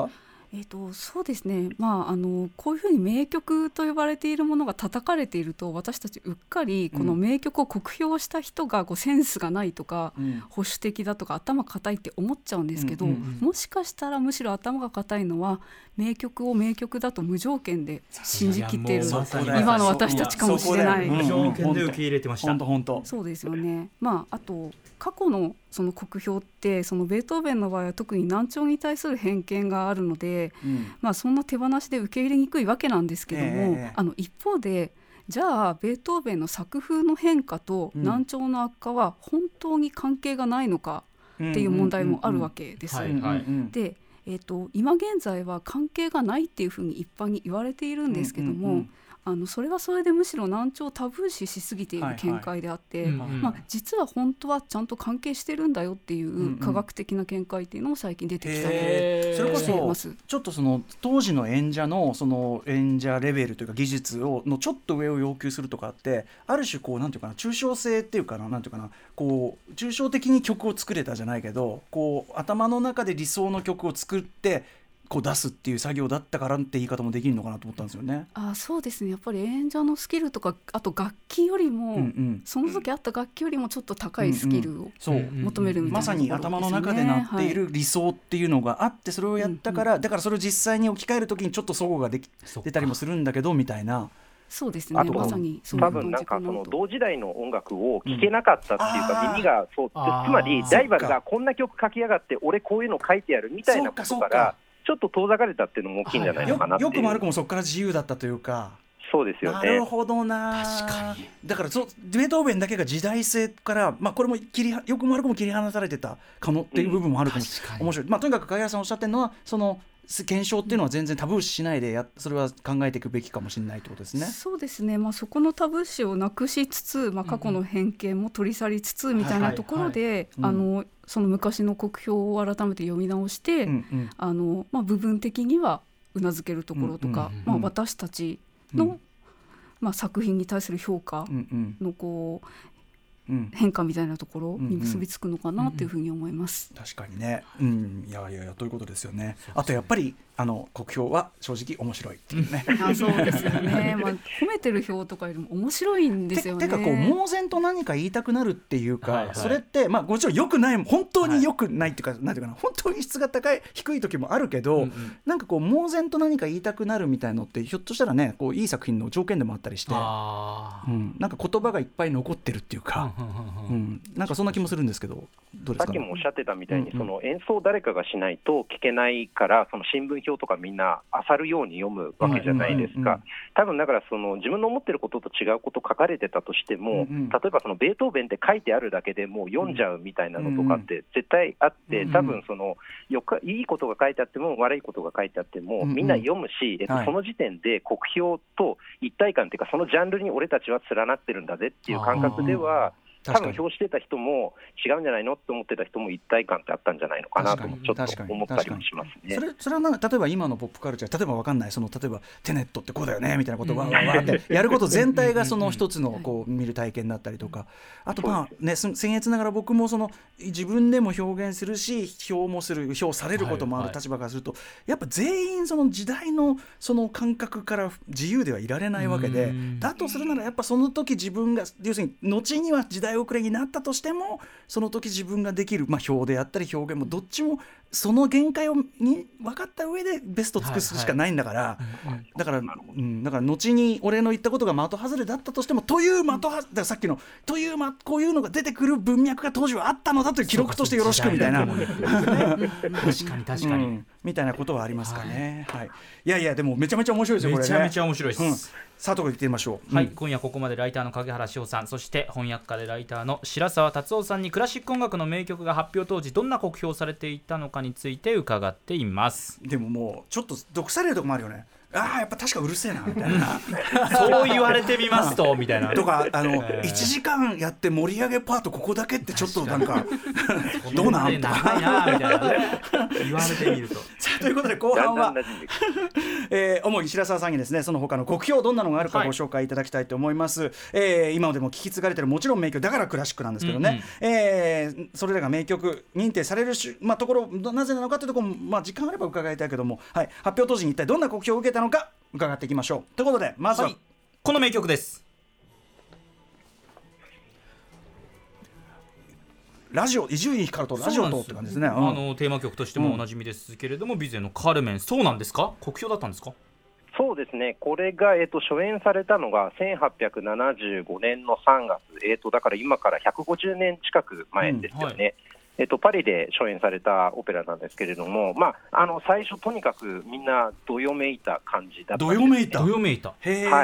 えー、とそうですね、まあ、あのこういうふうに名曲と呼ばれているものが叩かれていると、私たちうっかりこの名曲を酷評した人がこうセンスがないとか、うん、保守的だとか頭固いって思っちゃうんですけど、うんうんうん、もしかしたらむしろ頭が固いのは名曲を名曲だと無条件で信じきっている今の私たちかもしれない。 無条件で受け入れてました。 本当本当そうですよね。まあ、あと過去のその酷評ってそのベートーベンの場合は特に難聴に対する偏見があるので、うんまあ、そんな手放しで受け入れにくいわけなんですけども、えー、あの一方でじゃあベートーベンの作風の変化と難聴の悪化は本当に関係がないのかっていう問題もあるわけです。で、えーと、今現在は関係がないっていうふうに一般に言われているんですけども、うんうんうんあのそれはそれでむしろ難聴をタブー視しすぎている見解であって、はいはいまあ、実は本当はちゃんと関係してるんだよっていう科学的な見解っていうのも最近出てきたりしています。それこそちょっとその当時の演者のその演者レベルというか技術をのちょっと上を要求するとかってある種こうなんていうかな抽象性っていうかななんていうかなこう抽象的に曲を作れたじゃないけどこう頭の中で理想の曲を作ってこう出すっていう作業だったからって言い方もできるのかなと思ったんですよね。 あそうですねやっぱり演者のスキルとかあと楽器よりも、うんうん、その時あった楽器よりもちょっと高いスキルを求めるみたいなところですよね。 まさに頭の中でなっている理想っていうのがあって、はい、それをやったから、うんうん、だからそれを実際に置き換える時にちょっと齟齬ができ出たりもするんだけどみたいな。 そうですね、あとまさに多分なんかその同時代の音楽を聴けなかったっていうか、うん、耳がそうつまりライバルがこんな曲書きやがって俺こういうの書いてやるみたいなことからちょっと遠ざかれたっていうのも大きいんじゃないのかなっていう、 はい、よ, よくも悪くもそこから自由だったというか。 そうですよね。 なるほどな。確かにだからそベートーベンだけが時代性から、まあ、これも切りよくも悪くも切り離されてたかもっていう部分もあるかもしれない、うん、面白い、まあ、とにかく影原さんおっしゃってるのはその検証っていうのは全然タブー視しないでやそれは考えていくべきかもしれないってことですね。 そうですね、まあ、そこのタブー視をなくしつつ、まあ、過去の偏見も取り去りつつみたいなところでその昔の国評を改めて読み直して、うんうんあのまあ、部分的にはうなずけるところとか、うんうんうんまあ、私たちの、うんまあ、作品に対する評価のこう、うん、変化みたいなところに結びつくのかなというふうに思います、 うんうん、確かにね、うん、いやいやいやということですよね。あとやっぱりあの国評は正直面白いっていうねあそうですよね、まあ、褒めてる評とかよりも面白いんですよね。 て, てかこう猛然と何か言いたくなるっていうか、はいはい、それって、まあ、もちろん良くない本当に良くないっていうか、はい、なんていうかな本当に質が高い低い時もあるけど、うんうん、なんかこう猛然と何か言いたくなるみたいのってひょっとしたらねこういい作品の条件でもあったりして、あ、うん、なんか言葉がいっぱい残ってるっていうか、うんうん、なんかそんな気もするんですけどどうですかね。 さっきもおっしゃってたみたいに、うんうん、その演奏を誰かがしないと聞けないからその新聞表とかみんな漁るように読むわけじゃないですか、うんうんうん、多分だからその自分の思ってることと違うこと書かれてたとしても、うんうん、例えばそのベートーベンって書いてあるだけでもう読んじゃうみたいなのとかって絶対あって、うんうん、多分そのよかいいことが書いてあっても悪いことが書いてあっても、うんうん、みんな読むし、えっとはい、その時点で国評と一体感っていうかそのジャンルに俺たちは連なってるんだぜっていう感覚では多分表してた人も違うんじゃないのって思ってた人も一体感ってあったんじゃないのかなとちょっと思ったりもしますね。 それ、それはなんか例えば今のポップカルチャー例えば分かんないその例えばテネットってこうだよねみたいなことをわーってやること全体がその一つのこう見る体験だったりとかあとまあね僭越ながら僕もその自分でも表現するし評もする評されることもある立場からするとやっぱ全員その時代のその感覚から自由ではいられないわけでだとするならやっぱその時自分が要するに後には時代遅れになったとしてもその時自分ができる、まあ、表であったり表現もどっちもその限界をに分かった上でベストを尽くすしかないんだから、はいはい、だから、うん、だから後に俺の言ったことが的外れだったとしてもという的外れさっきのという、ま、こういうのが出てくる文脈が当時はあったのだという記録としてよろしくみたいな確かに確かに、うん、 みたいなことはありますかね、はいはい、いやいやでもめちゃめちゃ面白いですよこれね。 めちゃめちゃ面白いです、うんさあところ行ってみましょう、 はい、うん、今夜ここまでライターの影原翔さんそして翻訳家でライターの白澤達夫さんにクラシック音楽の名曲が発表当時どんな酷評されていたのかについて伺っています。 でももうちょっと毒されるとこもあるよね。 ああやっぱ確かうるせえなみたいなそう言われてみますとみたいなとかあの、 えー、 いちじかんやって盛り上げパートここだけってちょっとなんかどうなんとか長いなみたいな、ね、言われてみるとさあということで後半は、えー、主に白澤さんにですねその他の国評どんなのがあるかご紹介いただきたいと思います、はい、えー、今でも聞き継がれてるもちろん名曲だからクラシックなんですけどね、うんうん、えー、それらが名曲認定されるし、まあ、ところなぜなのかというところも、まあ、時間あれば伺いたいけども、はい、発表当時に一体どんな国評を受けたのか伺っていきましょうということでまずは、はい、 この名曲です。 ラジオ伊集院光とラジオとって感じですね、うん、 あのテーマ曲としてもおなじみですけれども、うん、ビゼのカルメン、そうなんですか、国評だったんですか。 そうですね、これが、えー、と初演されたのがせんはっぴゃくななじゅうごねんのさんがつ、えー、とだから今からひゃくごじゅうねん近く前ですよね、うん、はい、えっと、パリで初演されたオペラなんですけれども、まあ、あの最初とにかくみんなどよめいた感じだったんです、ね、 どよめいたどよめいた、 へー、 はい、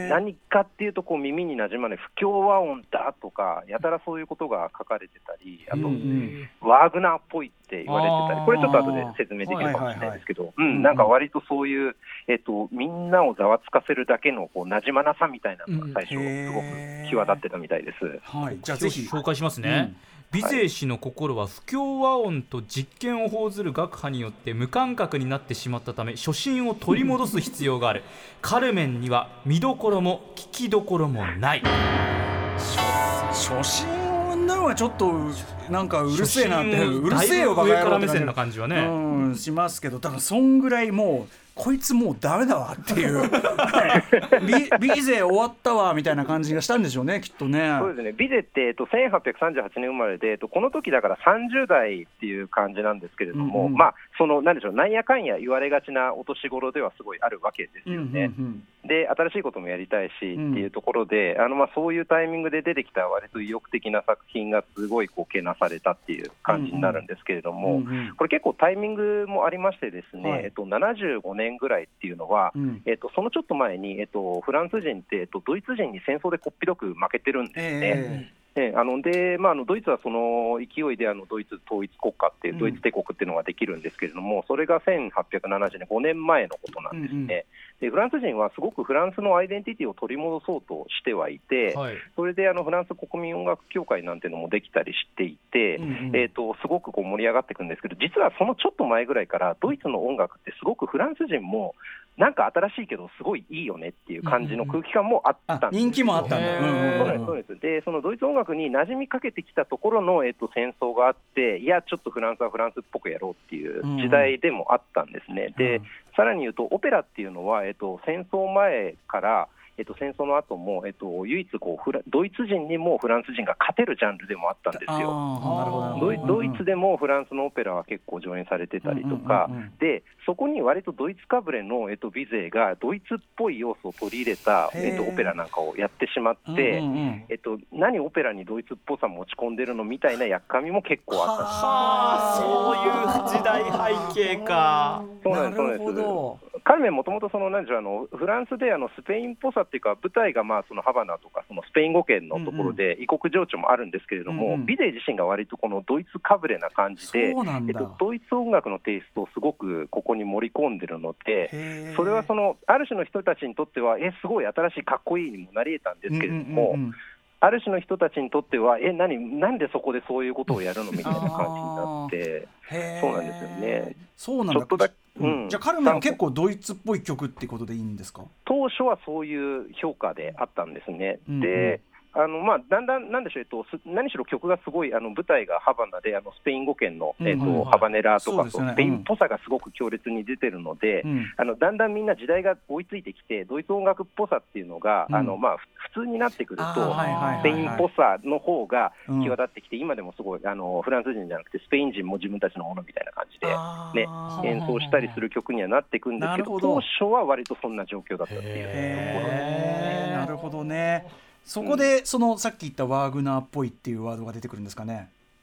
何かっていうとこう耳になじまない不協和音だとかやたらそういうことが書かれてたり、あと、うんうん、ワーグナーっぽいって言われてたり、これちょっと後で説明できるかもしれないですけど、うん、なんか割とそういう、えっと、みんなをざわつかせるだけのこうなじまなさみたいなのが最初すごく際立ってたみたいです、 はい、じゃあぜひ紹介しますね、うん、ビゼー氏の心は不協和音と実験を報ずる学派によって無感覚になってしまったため初心を取り戻す必要があるカルメンには見どころも聞きどころもない。 初心のはちょっとなんかうるせえなってうるせえよバカ野郎上から目線な感じはね、 うん、しますけど、だからそんぐらいもうこいつもうダメだわっていうビ, ビゼ終わったわみたいな感じがしたんでしょうね、きっとね。 そうですね、ビゼって、えっと、せんはっぴゃくさんじゅうはちねん生まれで、えっと、この時だからさんじゅうだいっていう感じなんですけれども、うんうん、まあそのなんでしょう、なんやかんや言われがちなお年頃ではすごいあるわけですよね、うんうんうん、で新しいこともやりたいしっていうところで、うん、あのまあそういうタイミングで出てきた割と意欲的な作品がすごいこうけなされたっていう感じになるんですけれども、うんうん、これ結構タイミングもありましてですね、はい、えっと、ななじゅうごねんぐらいっていうのは、うん、えっと、そのちょっと前に、えっと、フランス人って、えっと、ドイツ人に戦争でこっぴどく負けてるんですね、えーえあのでまあ、あのドイツはその勢いであのドイツ統一国家っていう、うん、ドイツ帝国っていうのができるんですけれども、それがせんはっぴゃくななじゅうねん、ごねんまえのことなんですね、うんうん、でフランス人はすごくフランスのアイデンティティを取り戻そうとしてはいて、はい、それであのフランス国民音楽協会なんていうのもできたりしていて、うんうん、えー、とすごくこう盛り上がっていくんですけど、実はそのちょっと前ぐらいからドイツの音楽ってすごくフランス人もなんか新しいけどすごいいいよねっていう感じの空気感もあったんです、うんうん、 人気もあったんだ、うんうん、 そうなんです、そうです。でそのドイツ音楽に馴染みかけてきたところの、えっと、戦争があって、いやちょっとフランスはフランスっぽくやろうっていう時代でもあったんですね、うんうん、でさらに言うとオペラっていうのは、えっと、戦争前からえっと、戦争の後も、えっと、唯一こうフラドイツ人にもフランス人が勝てるジャンルでもあったんですよ。ドイ、ドイツでもフランスのオペラは結構上演されてたりとか、うんうんうんうん、でそこに割とドイツかぶれの、えっと、ビゼがドイツっぽい要素を取り入れた、えっと、オペラなんかをやってしまって、うんうんうん、えっと、何オペラにドイツっぽさ持ち込んでるのみたいなやっかみも結構あったんです。 はあ、そういう時代背景か。 そうなんです、そうです。カルメンもともとその何でしょう、あのフランスであのスペインっぽさっていうか、舞台がまあそのハバナとかそのスペイン語圏のところで異国情緒もあるんですけれども、うんうん、ビゼ自身が割とこのドイツかぶれな感じで、えっと、ドイツ音楽のテイストをすごくここに盛り込んでるので、それはそのある種の人たちにとってはえすごい新しいかっこいいにもなり得たんですけれども、うんうんうん、ある種の人たちにとってはえ何なんでそこでそういうことをやるのみたいな感じになってそうなんですよね。 そうなんだ。ちょっとだうん、じゃあカルメンは結構ドイツっぽい曲ってことでいいんですか？ 当初はそういう評価であったんですね、うんうん、であのまあ、だんだんなんでしょう、えっと、何しろ曲がすごいあの舞台がハバナであのスペイン語圏の、うんえっとはい、ハバネラとかと、ね、スペインっぽさがすごく強烈に出てるので、うん、あのだんだんみんな時代が追いついてきてドイツ音楽っぽさっていうのが、うんあのまあ、普通になってくると、スペインっぽさの方が際立ってきて、うん、今でもすごいあのフランス人じゃなくてスペイン人も自分たちのものみたいな感じで、ね、演奏したりする曲にはなっていくんですけど、当初は割とそんな状況だったっていうところですね。 なるほどね。そこで、うん、そのさっき言ったワーグナーっぽいっていうワードが出てくるんですかね。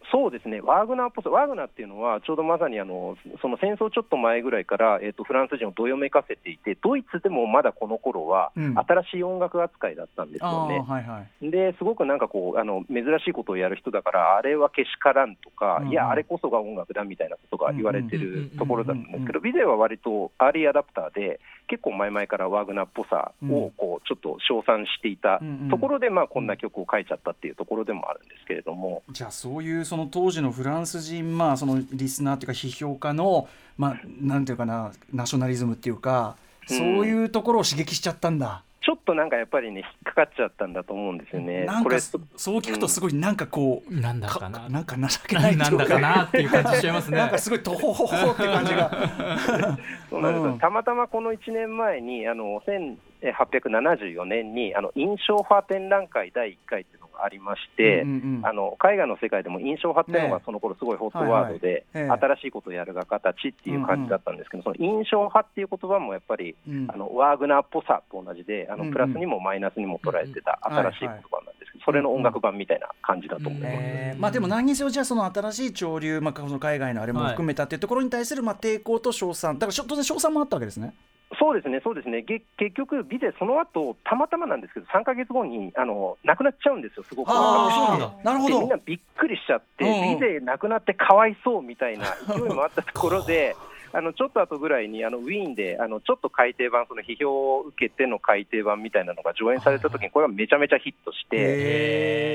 そうですね、ワーグナーっぽさ、ワーグナーっていうのはちょうどまさにあのその戦争ちょっと前ぐらいから、えー、とフランス人をどよめかせていて、ドイツでもまだこの頃は新しい音楽扱いだったんですよね、うんはいはい、ですごくなんかこうあの珍しいことをやる人だからあれはけしからんとか、うんうん、いやあれこそが音楽だみたいなことが言われてるところだったんですけど、ビデオは割とアーリーアダプターで結構前々からワーグナーっぽさをこうちょっと称賛していたところで、まあこんな曲を書いちゃったっていうところでもあるんですけれども、 じゃあそういうその当時のフランス人、まあ、そのリスナーというか批評家の、まあ、なんていうかなナショナリズムっていうか、そういうところを刺激しちゃったんだ。 ちょっとなんかやっぱりね引っかかっちゃったんだと思うんですよね。 なんかこれそう聞くとすごいなんかこう、 うん、なんだかななんか情けないなんだかなっていう感じしちゃいますね。 なんかすごいトホホホって感じがそうなんです、うん、たまたまこのいちねんまえにあのせんはっぴゃくななじゅうよねんにあの印象派展覧会だいいっかいっていうのがありまして、うんうんうん、あの絵画の世界でも印象派っていうのがその頃すごいホットワードで、ねはいはい、新しいことをやるが形っていう感じだったんですけど、うんうん、その印象派っていう言葉もやっぱり、うん、あのワーグナーっぽさと同じであのプラスにもマイナスにも捉えてた新しい言葉なんですけど、それの音楽版みたいな感じだと思います、 えーまあ、でも何にせよじゃあその新しい潮流、まあ、その海外のあれも含めたっていうところに対するまあ抵抗と称賛だから当然称賛もあったわけですね。 そうですね、そうですね。結局、ビデその後たまたまなんですけど、さんかげつごにあの亡くなっちゃうんですよ、すごく。 あなるほど。 みんなびっくりしちゃって、うんうん、ビデ亡くなってかわいそうみたいな勢いもあったところで、あのちょっと後ぐらいにあのウィーンであのちょっと改訂版、その批評を受けての改訂版みたいなのが上演されたときに、これがめちゃめちゃヒットして、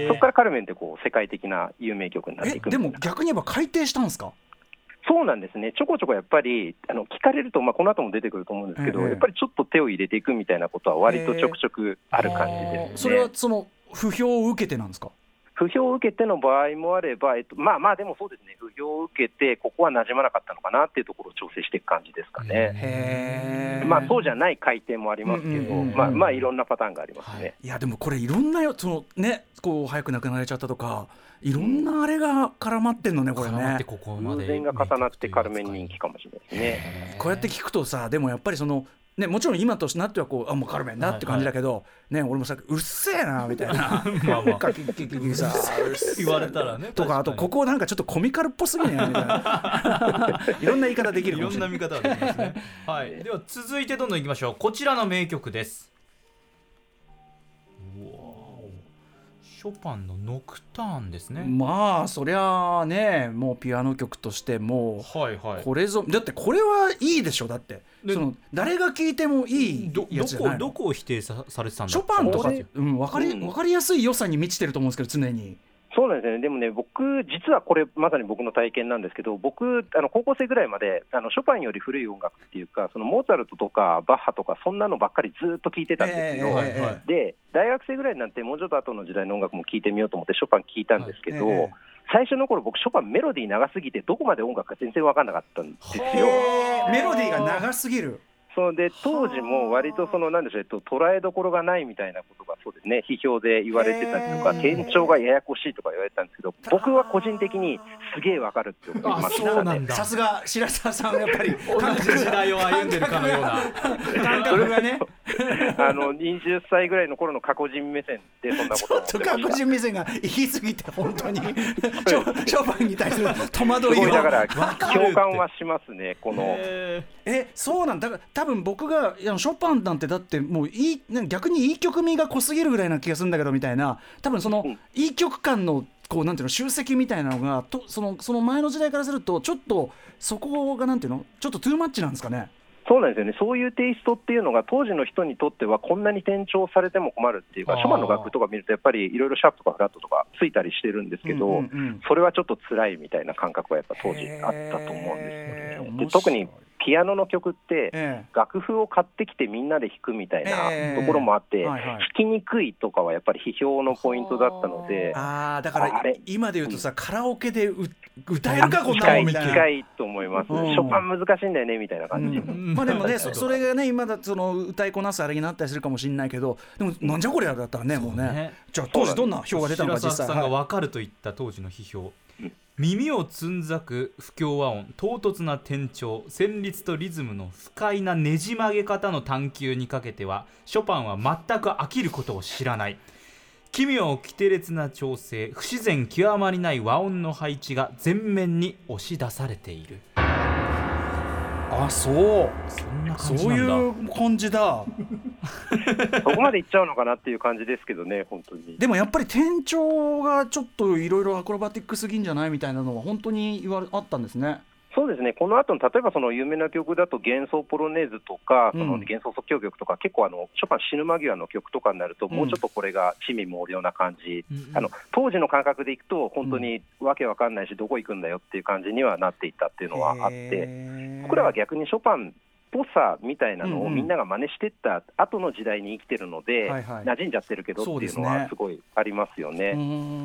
そこからカルメンってこう世界的な有名曲になっていくみたいな。 でも逆に言えば改訂したんですか？ そうなんですね、ちょこちょこやっぱりあの聞かれると、まあ、この後も出てくると思うんですけど、ええ、やっぱりちょっと手を入れていくみたいなことは割とちょくちょくある感じですね。 それはその不評を受けてなんですか？ 不評を受けての場合もあれば、えっと、まあまあでもそうですね、不評を受けてここは馴染まなかったのかなっていうところを調整していく感じですかね。へー、まあそうじゃない改訂もありますけど、うんうんうん、まあまあいろんなパターンがありますね、はい、 いやでもこれいろんなよそのねこう早く亡くなられちゃったとかいろんなあれが絡まってんのね、これね。絡まってここまで偶然が重なってカルメン人気かもしれないですね。 こうやって聞くとさ、でもやっぱりそのね、もちろん今となってはこうあもうカルメンだって感じだけど、はいはい、ね、俺もさうっせえなみたいなまあ、まあ、 言われたらねとか、あとここなんかちょっとコミカルっぽすぎねみたいないろんな言い方できるかもしれない。 いろんな見方ができますねはい、では続いてどんどんいきましょう。こちらの名曲です。ショパンのノクターンですね。 まあそりゃあね、もうピアノ曲としてもう、はいはい、これぞだってこれはいいでしょ。だってその誰が聴いてもいいやつじゃないの。 どこ、どこを否定 さ, されてたんだ。 ショパンとか、うん、分かり、分かりやすい良さに満ちてると思うんですけど常に。 そうなんですね。でもね、僕実はこれまさに僕の体験なんですけど、僕あの高校生ぐらいまであのショパンより古い音楽っていうか、そのモーツァルトとかバッハとかそんなのばっかりずっと聴いてたんですよ、えー、で大学生ぐらいになってもうちょっと後の時代の音楽も聴いてみようと思ってショパン聴いたんですけど、えー、最初の頃僕ショパンメロディー長すぎてどこまで音楽か全然分かんなかったんですよ。 メロディーが長すぎる。 それで当時も割とそのなんでしょう、えっと、捉えどころがないみたいなことがそうですね、批評で言われてたりとか、転調がややこしいとか言われてたんですけど、僕は個人的にすげえわかるって思いましたね。 さすが白澤さん、やっぱり同じ時代を歩んでるかのような感覚がねあのにじゅっさいぐらいの頃の過去人目線でそんなことを思ってました。 過去人目線が行き過ぎて本当にショパンに対する戸惑いをだから共感はしますね。このえそうなんだから多分僕がいやショパンなんてだってもういい逆にいい曲味が濃すぎるぐらいな気がするんだけどみたいな、多分その、うん、いい曲感のこうなんていうの集積みたいなのがとそのその前の時代からするとちょっとそこがなんていうのちょっとトゥーマッチなんですかね。 そうなんですよね。そういうテイストっていうのが当時の人にとってはこんなに転調されても困るっていうか、ショパンの楽譜とか見るとやっぱりいろいろシャープとかフラットとかついたりしてるんですけど、うんうんうん、それはちょっと辛いみたいな感覚はやっぱ当時あったと思うんですよね。で特にピアノの曲って楽譜を買ってきてみんなで弾くみたいなところもあって、えーはいはい、弾きにくいとかはやっぱり批評のポイントだったので、 あだから今で言うとさ、うん、カラオケでう歌えるかこんなのみたいな。 近いと思います、うん、ショパン難しいんだよねみたいな感じ、うん、 まあでもねそ, それがね今だその歌いこなすあれになったりするかもしれないけど、でもなんじゃこりゃだったらねもうね、ねじゃあ当時どんな評が出たのか実際。 白澤さんが分かるといった当時の批評、はい、耳をつんざく不協和音、唐突な転調、旋律とリズムの不快なねじ曲げ方の探求にかけてはショパンは全く飽きることを知らない。 奇妙奇て烈な調整、不自然極まりない和音の配置が前面に押し出されている。 あ、そうそんな感じなんだ。 そういう感じだそこまでいっちゃうのかなっていう感じですけどね、本当に。 でもやっぱり店長がちょっといろいろアクロバティックすぎんじゃないみたいなのは本当に言われあったんですね。 そうですね、この後の例えばその有名な曲だと幻想ポロネーズとか、その幻想即興曲とか、結構あのショパン死ぬ間際の曲とかになると、もうちょっとこれが地味猛量な感じ、うん、あの当時の感覚でいくと本当にわけわかんないし、どこ行くんだよっていう感じにはなっていったっていうのはあって、僕らは逆にショパンっぽさみたいなのをみんなが真似してった後の時代に生きてるので、うんうん、馴染んじゃってるけどっていうのはすごいありますよね。 うん、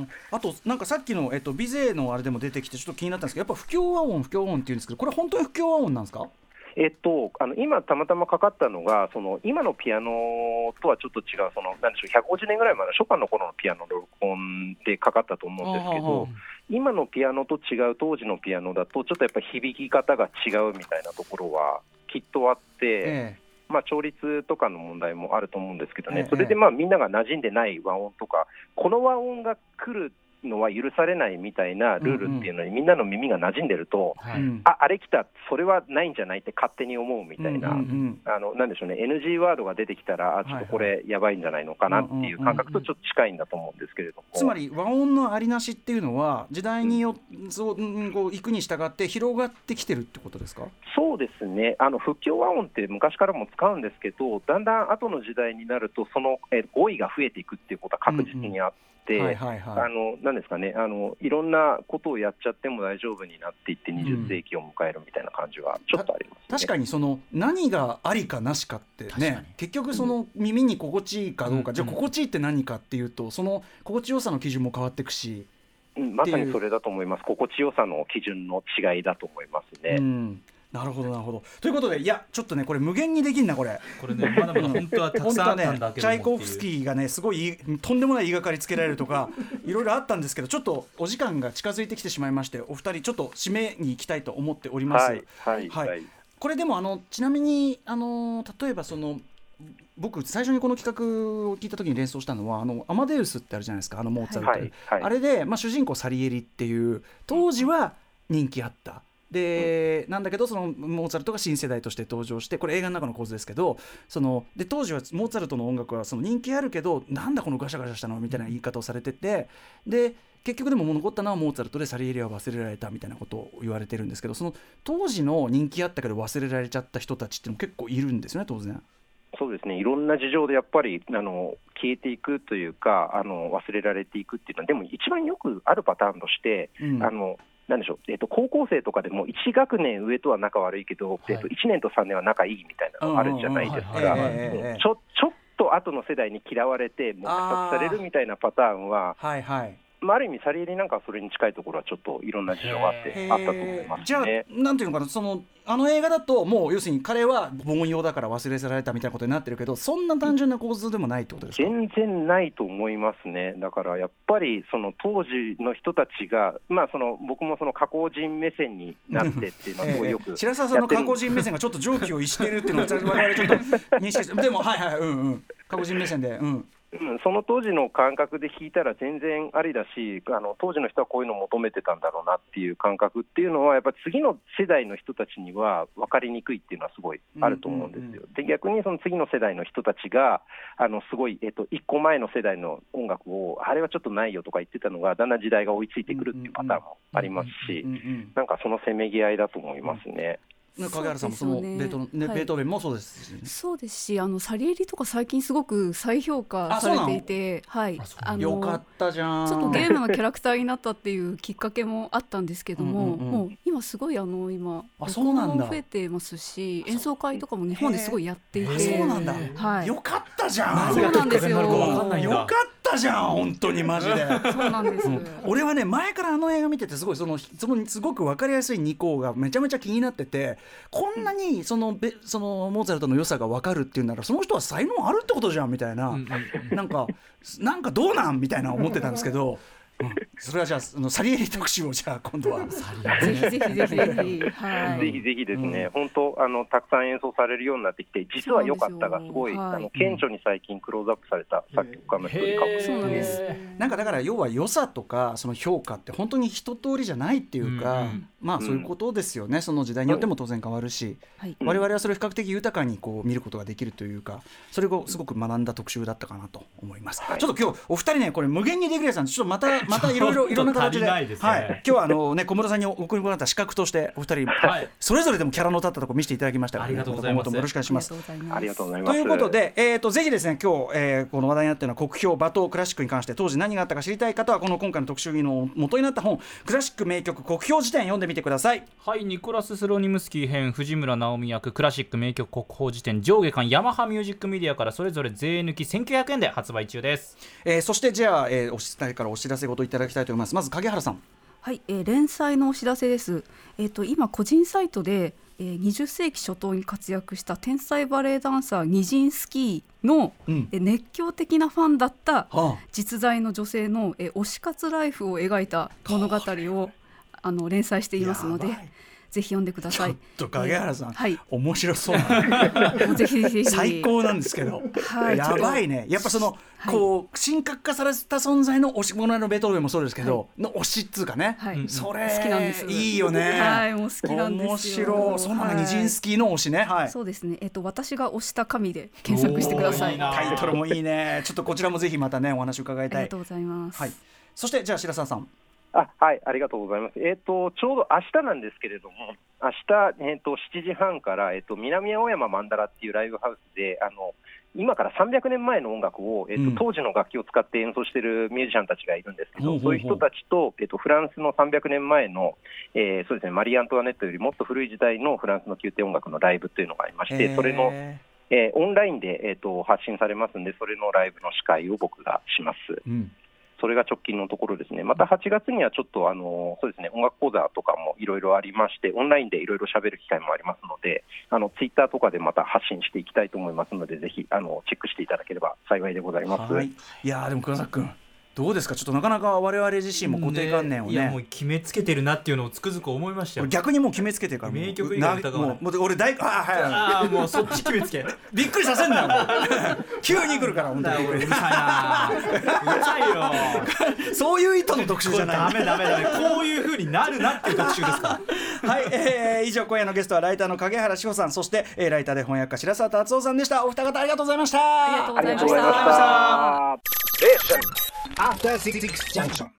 あとなんかさっきの、えっと、ビゼのあれでも出てきてちょっと気になったんですけど、やっぱ不協和音不協和音っていうんですけど、これ本当に不協和音なんですか？ えっと、あの今たまたまかかったのが、その今のピアノとはちょっと違う、そのなんでしょう、ひゃくごじゅうねんぐらい前のショパンの頃のピアノの録音でかかったと思うんですけど、今のピアノと違う当時のピアノだとちょっとやっぱり響き方が違うみたいなところはきっとあって、ええ、まあ、調律とかの問題もあると思うんですけどね、ええ、それでまあみんなが馴染んでない和音とか、この和音が来るのは許されないみたいなルールっていうのにみんなの耳が馴染んでると、うんうん、あ, あれ来た、それはないんじゃないって勝手に思うみたいな、うんうんうん、あのなんでしょうね、 エヌジー ワードが出てきたら、あ、ちょっとこれやばいんじゃないのかなっていう感覚とちょっと近いんだと思うんですけれども、 つまり和音のありなしっていうのは時代によ、うん、そうこう行くに従って広がってきてるってことですか？ そうですね、あの不協和音って昔からも使うんですけど、だんだん後の時代になるとそのえ語彙が増えていくっていうことは確実にあって、うんうん、はいはいはい、あのなんですかね、あのいろんなことをやっちゃっても大丈夫になっていってにじゅっせいきを迎えるみたいな感じはちょっとありますね。 うん、確かにその何がありかなしかってね、結局その耳に心地いいかどうか、うん、じゃあ心地いいって何かっていうと、その心地よさの基準も変わっていくし、 うん、まさにそれだと思います。心地よさの基準の違いだと思いますね。 うん、なるほどなるほど。ということで、いやちょっとねこれ無限にできんなこれ。 これねまだまだ本当はたくさんあったんだけども、 チャイコフスキーがねすごいとんでもない言いがかりつけられるとかいろいろあったんですけど、ちょっとお時間が近づいてきてしまいまして、お二人ちょっと締めに行きたいと思っております。 はいはいはい、はい、 これでもあのちなみにあの例えばその僕最初にこの企画を聞いた時に連想したのは、あのアマデウスってあるじゃないですか、あのモーツァルト、はいはい、あれで、まあ、主人公サリエリっていう当時は人気あったで、うん、なんだけどそのモーツァルトが新世代として登場して、これ映画の中の構図ですけど、そので当時はモーツァルトの音楽はその人気あるけど、なんだこのガシャガシャしたのみたいな言い方をされてて、で結局でも残ったのはモーツァルトでサリエリは忘れられたみたいなことを言われてるんですけど、その当時の人気あったけど忘れられちゃった人たちっていうのも結構いるんですよね、当然。 そうですね、いろんな事情でやっぱりあの消えていくというか、あの忘れられていくっていうのは、でも一番よくあるパターンとして、うん、あのなんでしょう、えーと、高校生とかでもいち学年上とは仲悪いけど、はい、えーと、いちねんとさんねんは仲いいみたいなのがあるじゃないですか。ちょちょっと後の世代に嫌われて黙殺されるみたいなパターンは、はいはい、まあ、ある意味サリエリなんかはそれに近いところはちょっといろんな事情があってあったと思いますね。 じゃあなんていうのかな、そのあの映画だともう要するに彼は凡庸だから忘れ去られたみたいなことになってるけど、そんな単純な構図でもないってことですか？ 全然ないと思いますね。だからやっぱりその当時の人たちが、まあ、その僕もその加工人目線になってっていうのはすごいよく、ええ、 白澤さんの加工人目線がちょっと常軌を逸しているっていうのを我々ちょっと認識してでもはいはい、うんうん、加工人目線で、うんうん、その当時の感覚で弾いたら全然ありだし、あの当時の人はこういうのを求めてたんだろうなっていう感覚っていうのはやっぱり次の世代の人たちには分かりにくいっていうのはすごいあると思うんですよ、うんうんうん、で逆にその次の世代の人たちがあのすごい、えっと、いっこまえの世代の音楽をあれはちょっとないよとか言ってたのがだんだん時代が追いついてくるっていうパターンもありますし、なんかそのせめぎ合いだと思いますね。 影原さんもそのベート、ね、はい、ベートーベンもそうですし、ね、 そうですし、あのサリエリとか最近すごく再評価されていて、はい、 あのよかったじゃん。 ちょっとゲームのキャラクターになったっていうきっかけもあったんですけども、うんうんうん、もう今すごいあの今録音も増えてますし、演奏会とかも日本ですごいやっていて、 そうなんだ、 はい、 よかったじゃん。 そうなんですよ。 よかったじゃん本当にマジでそうなんです、うん、 俺はね前からあの映画見ててすごいそのそのすごく分かりやすいに項がめちゃめちゃ気になってて、こんなにそのべそのモーツァルトの良さが分かるっていうならその人は才能あるってことじゃんみたいな、うんうん、なんかなんかどうなんみたいな思ってたんですけどうん、それはじゃああのサリエリ特集をじゃあ今度はぜひぜひぜひぜひ、はい、 ぜひぜひですね、うん、本当あのたくさん演奏されるようになってきて、実は良かったがすごい、はい、あの顕著に最近クローズアップされた作曲家の一人かもしれないです。 なんかだから要は良さとかその評価って本当に一通りじゃないっていうか、うん、まあそういうことですよね、うん、その時代によっても当然変わるし、はい、我々はそれを比較的豊かにこう見ることができるというか、それをすごく学んだ特集だったかなと思います、はい、ちょっと今日お二人ねこれ無限にできるさんちょっとまたまたいろいろいろんな形で、はい、今日はあのね小室さんにお送りもらった資格としてお二人、はい、それぞれでもキャラの立ったところ見せていただきましたから、ね、 ありがとうございます。 よろしくお願いします。 ありがとうございます。 ということで、えー、とぜひですね今日、えー、この話題になっているのは国評馬頭クラシックに関して当時何があったか知りたい方はこの今回の特集の元になった本クラシック名曲国評辞典読んでみてください。 はい、ニコラス・スロニムスキー編藤村直美役クラシック名曲国評辞典上下巻ヤマハミュージックメディアからそれぞれ税抜きせんきゅうひゃくえんで発売中です。 えー、そしてじゃあ、えー、お二人からお知らせごといただきたいと思います。まず影原さん。 はい、えー、連載のお知らせです。えー、と今個人サイトで、えー、にじゅっ世紀初頭に活躍した天才バレエダンサーニジンスキーの、うん、えー、熱狂的なファンだった実在の女性の、えー、推し活ライフを描いた物語をあの連載していますのでぜひ読んでください。 ちょっと影原さん、 えーはい、 面白そうなもうぜひぜひ最高なんですけど、はい、やばいね。やっぱその、はい、こう神格化された存在の推し物のベートーベンもそうですけど、はい、の推しっつうかね、はい、それ好きなんです。 いいよね。 はい、もう好きなんですよ。 面白い。そんなのニジンスキーの推しね、はい、 そうですね、えっと、私が推した神で検索してください。 いいタイトルもいいね。ちょっとこちらもぜひまたねお話伺いたい。 ありがとうございます、 はい、そしてじゃあ白澤さん。 あ、はい、ありがとうございます。えっと、ちょうど明日なんですけれども、明日、えっと、しちじはんから、えっと、南青山マンダラっていうライブハウスで、あの、今からさんびゃくねんまえの音楽を、えっと、うん、当時の楽器を使って演奏しているミュージシャンたちがいるんですけど、うん、そういう人たちと、えっと、フランスのさんびゃくねんまえの、えー、そうですね、マリー・アントワネットよりもっと古い時代のフランスの宮廷音楽のライブっていうのがありまして、それの、えー、オンラインで、えっと、発信されますんで、それのライブの司会を僕がします。うん、それが直近のところですね。またはちがつにはちょっとあのそうですね、音楽講座とかもいろいろありまして、オンラインでいろいろ喋る機会もありますので、あのツイッターとかでまた発信していきたいと思いますので、ぜひあのチェックしていただければ幸いでございます。 はい、いやーでも倉崎君どうですか。ちょっとなかなか我々自身も固定観念をね、 いやもう決めつけてるなっていうのをつくづく思いましたよ。 逆にもう決めつけてるから名曲以外歌がもう俺大あはいあもうそっち決めつけびっくりさせんなよ急に来るから本当にうるさいなうるさいよそういう意図の特集じゃない。 ダメダメダメこういう風になるなっていう特集ですかはい、えー、以上今夜のゲストはライターの影原志保さん、そして、えー、ライターで翻訳家白澤達夫さんでした。お二方ありがとうございました。 ありがとうございました。 After Six Junction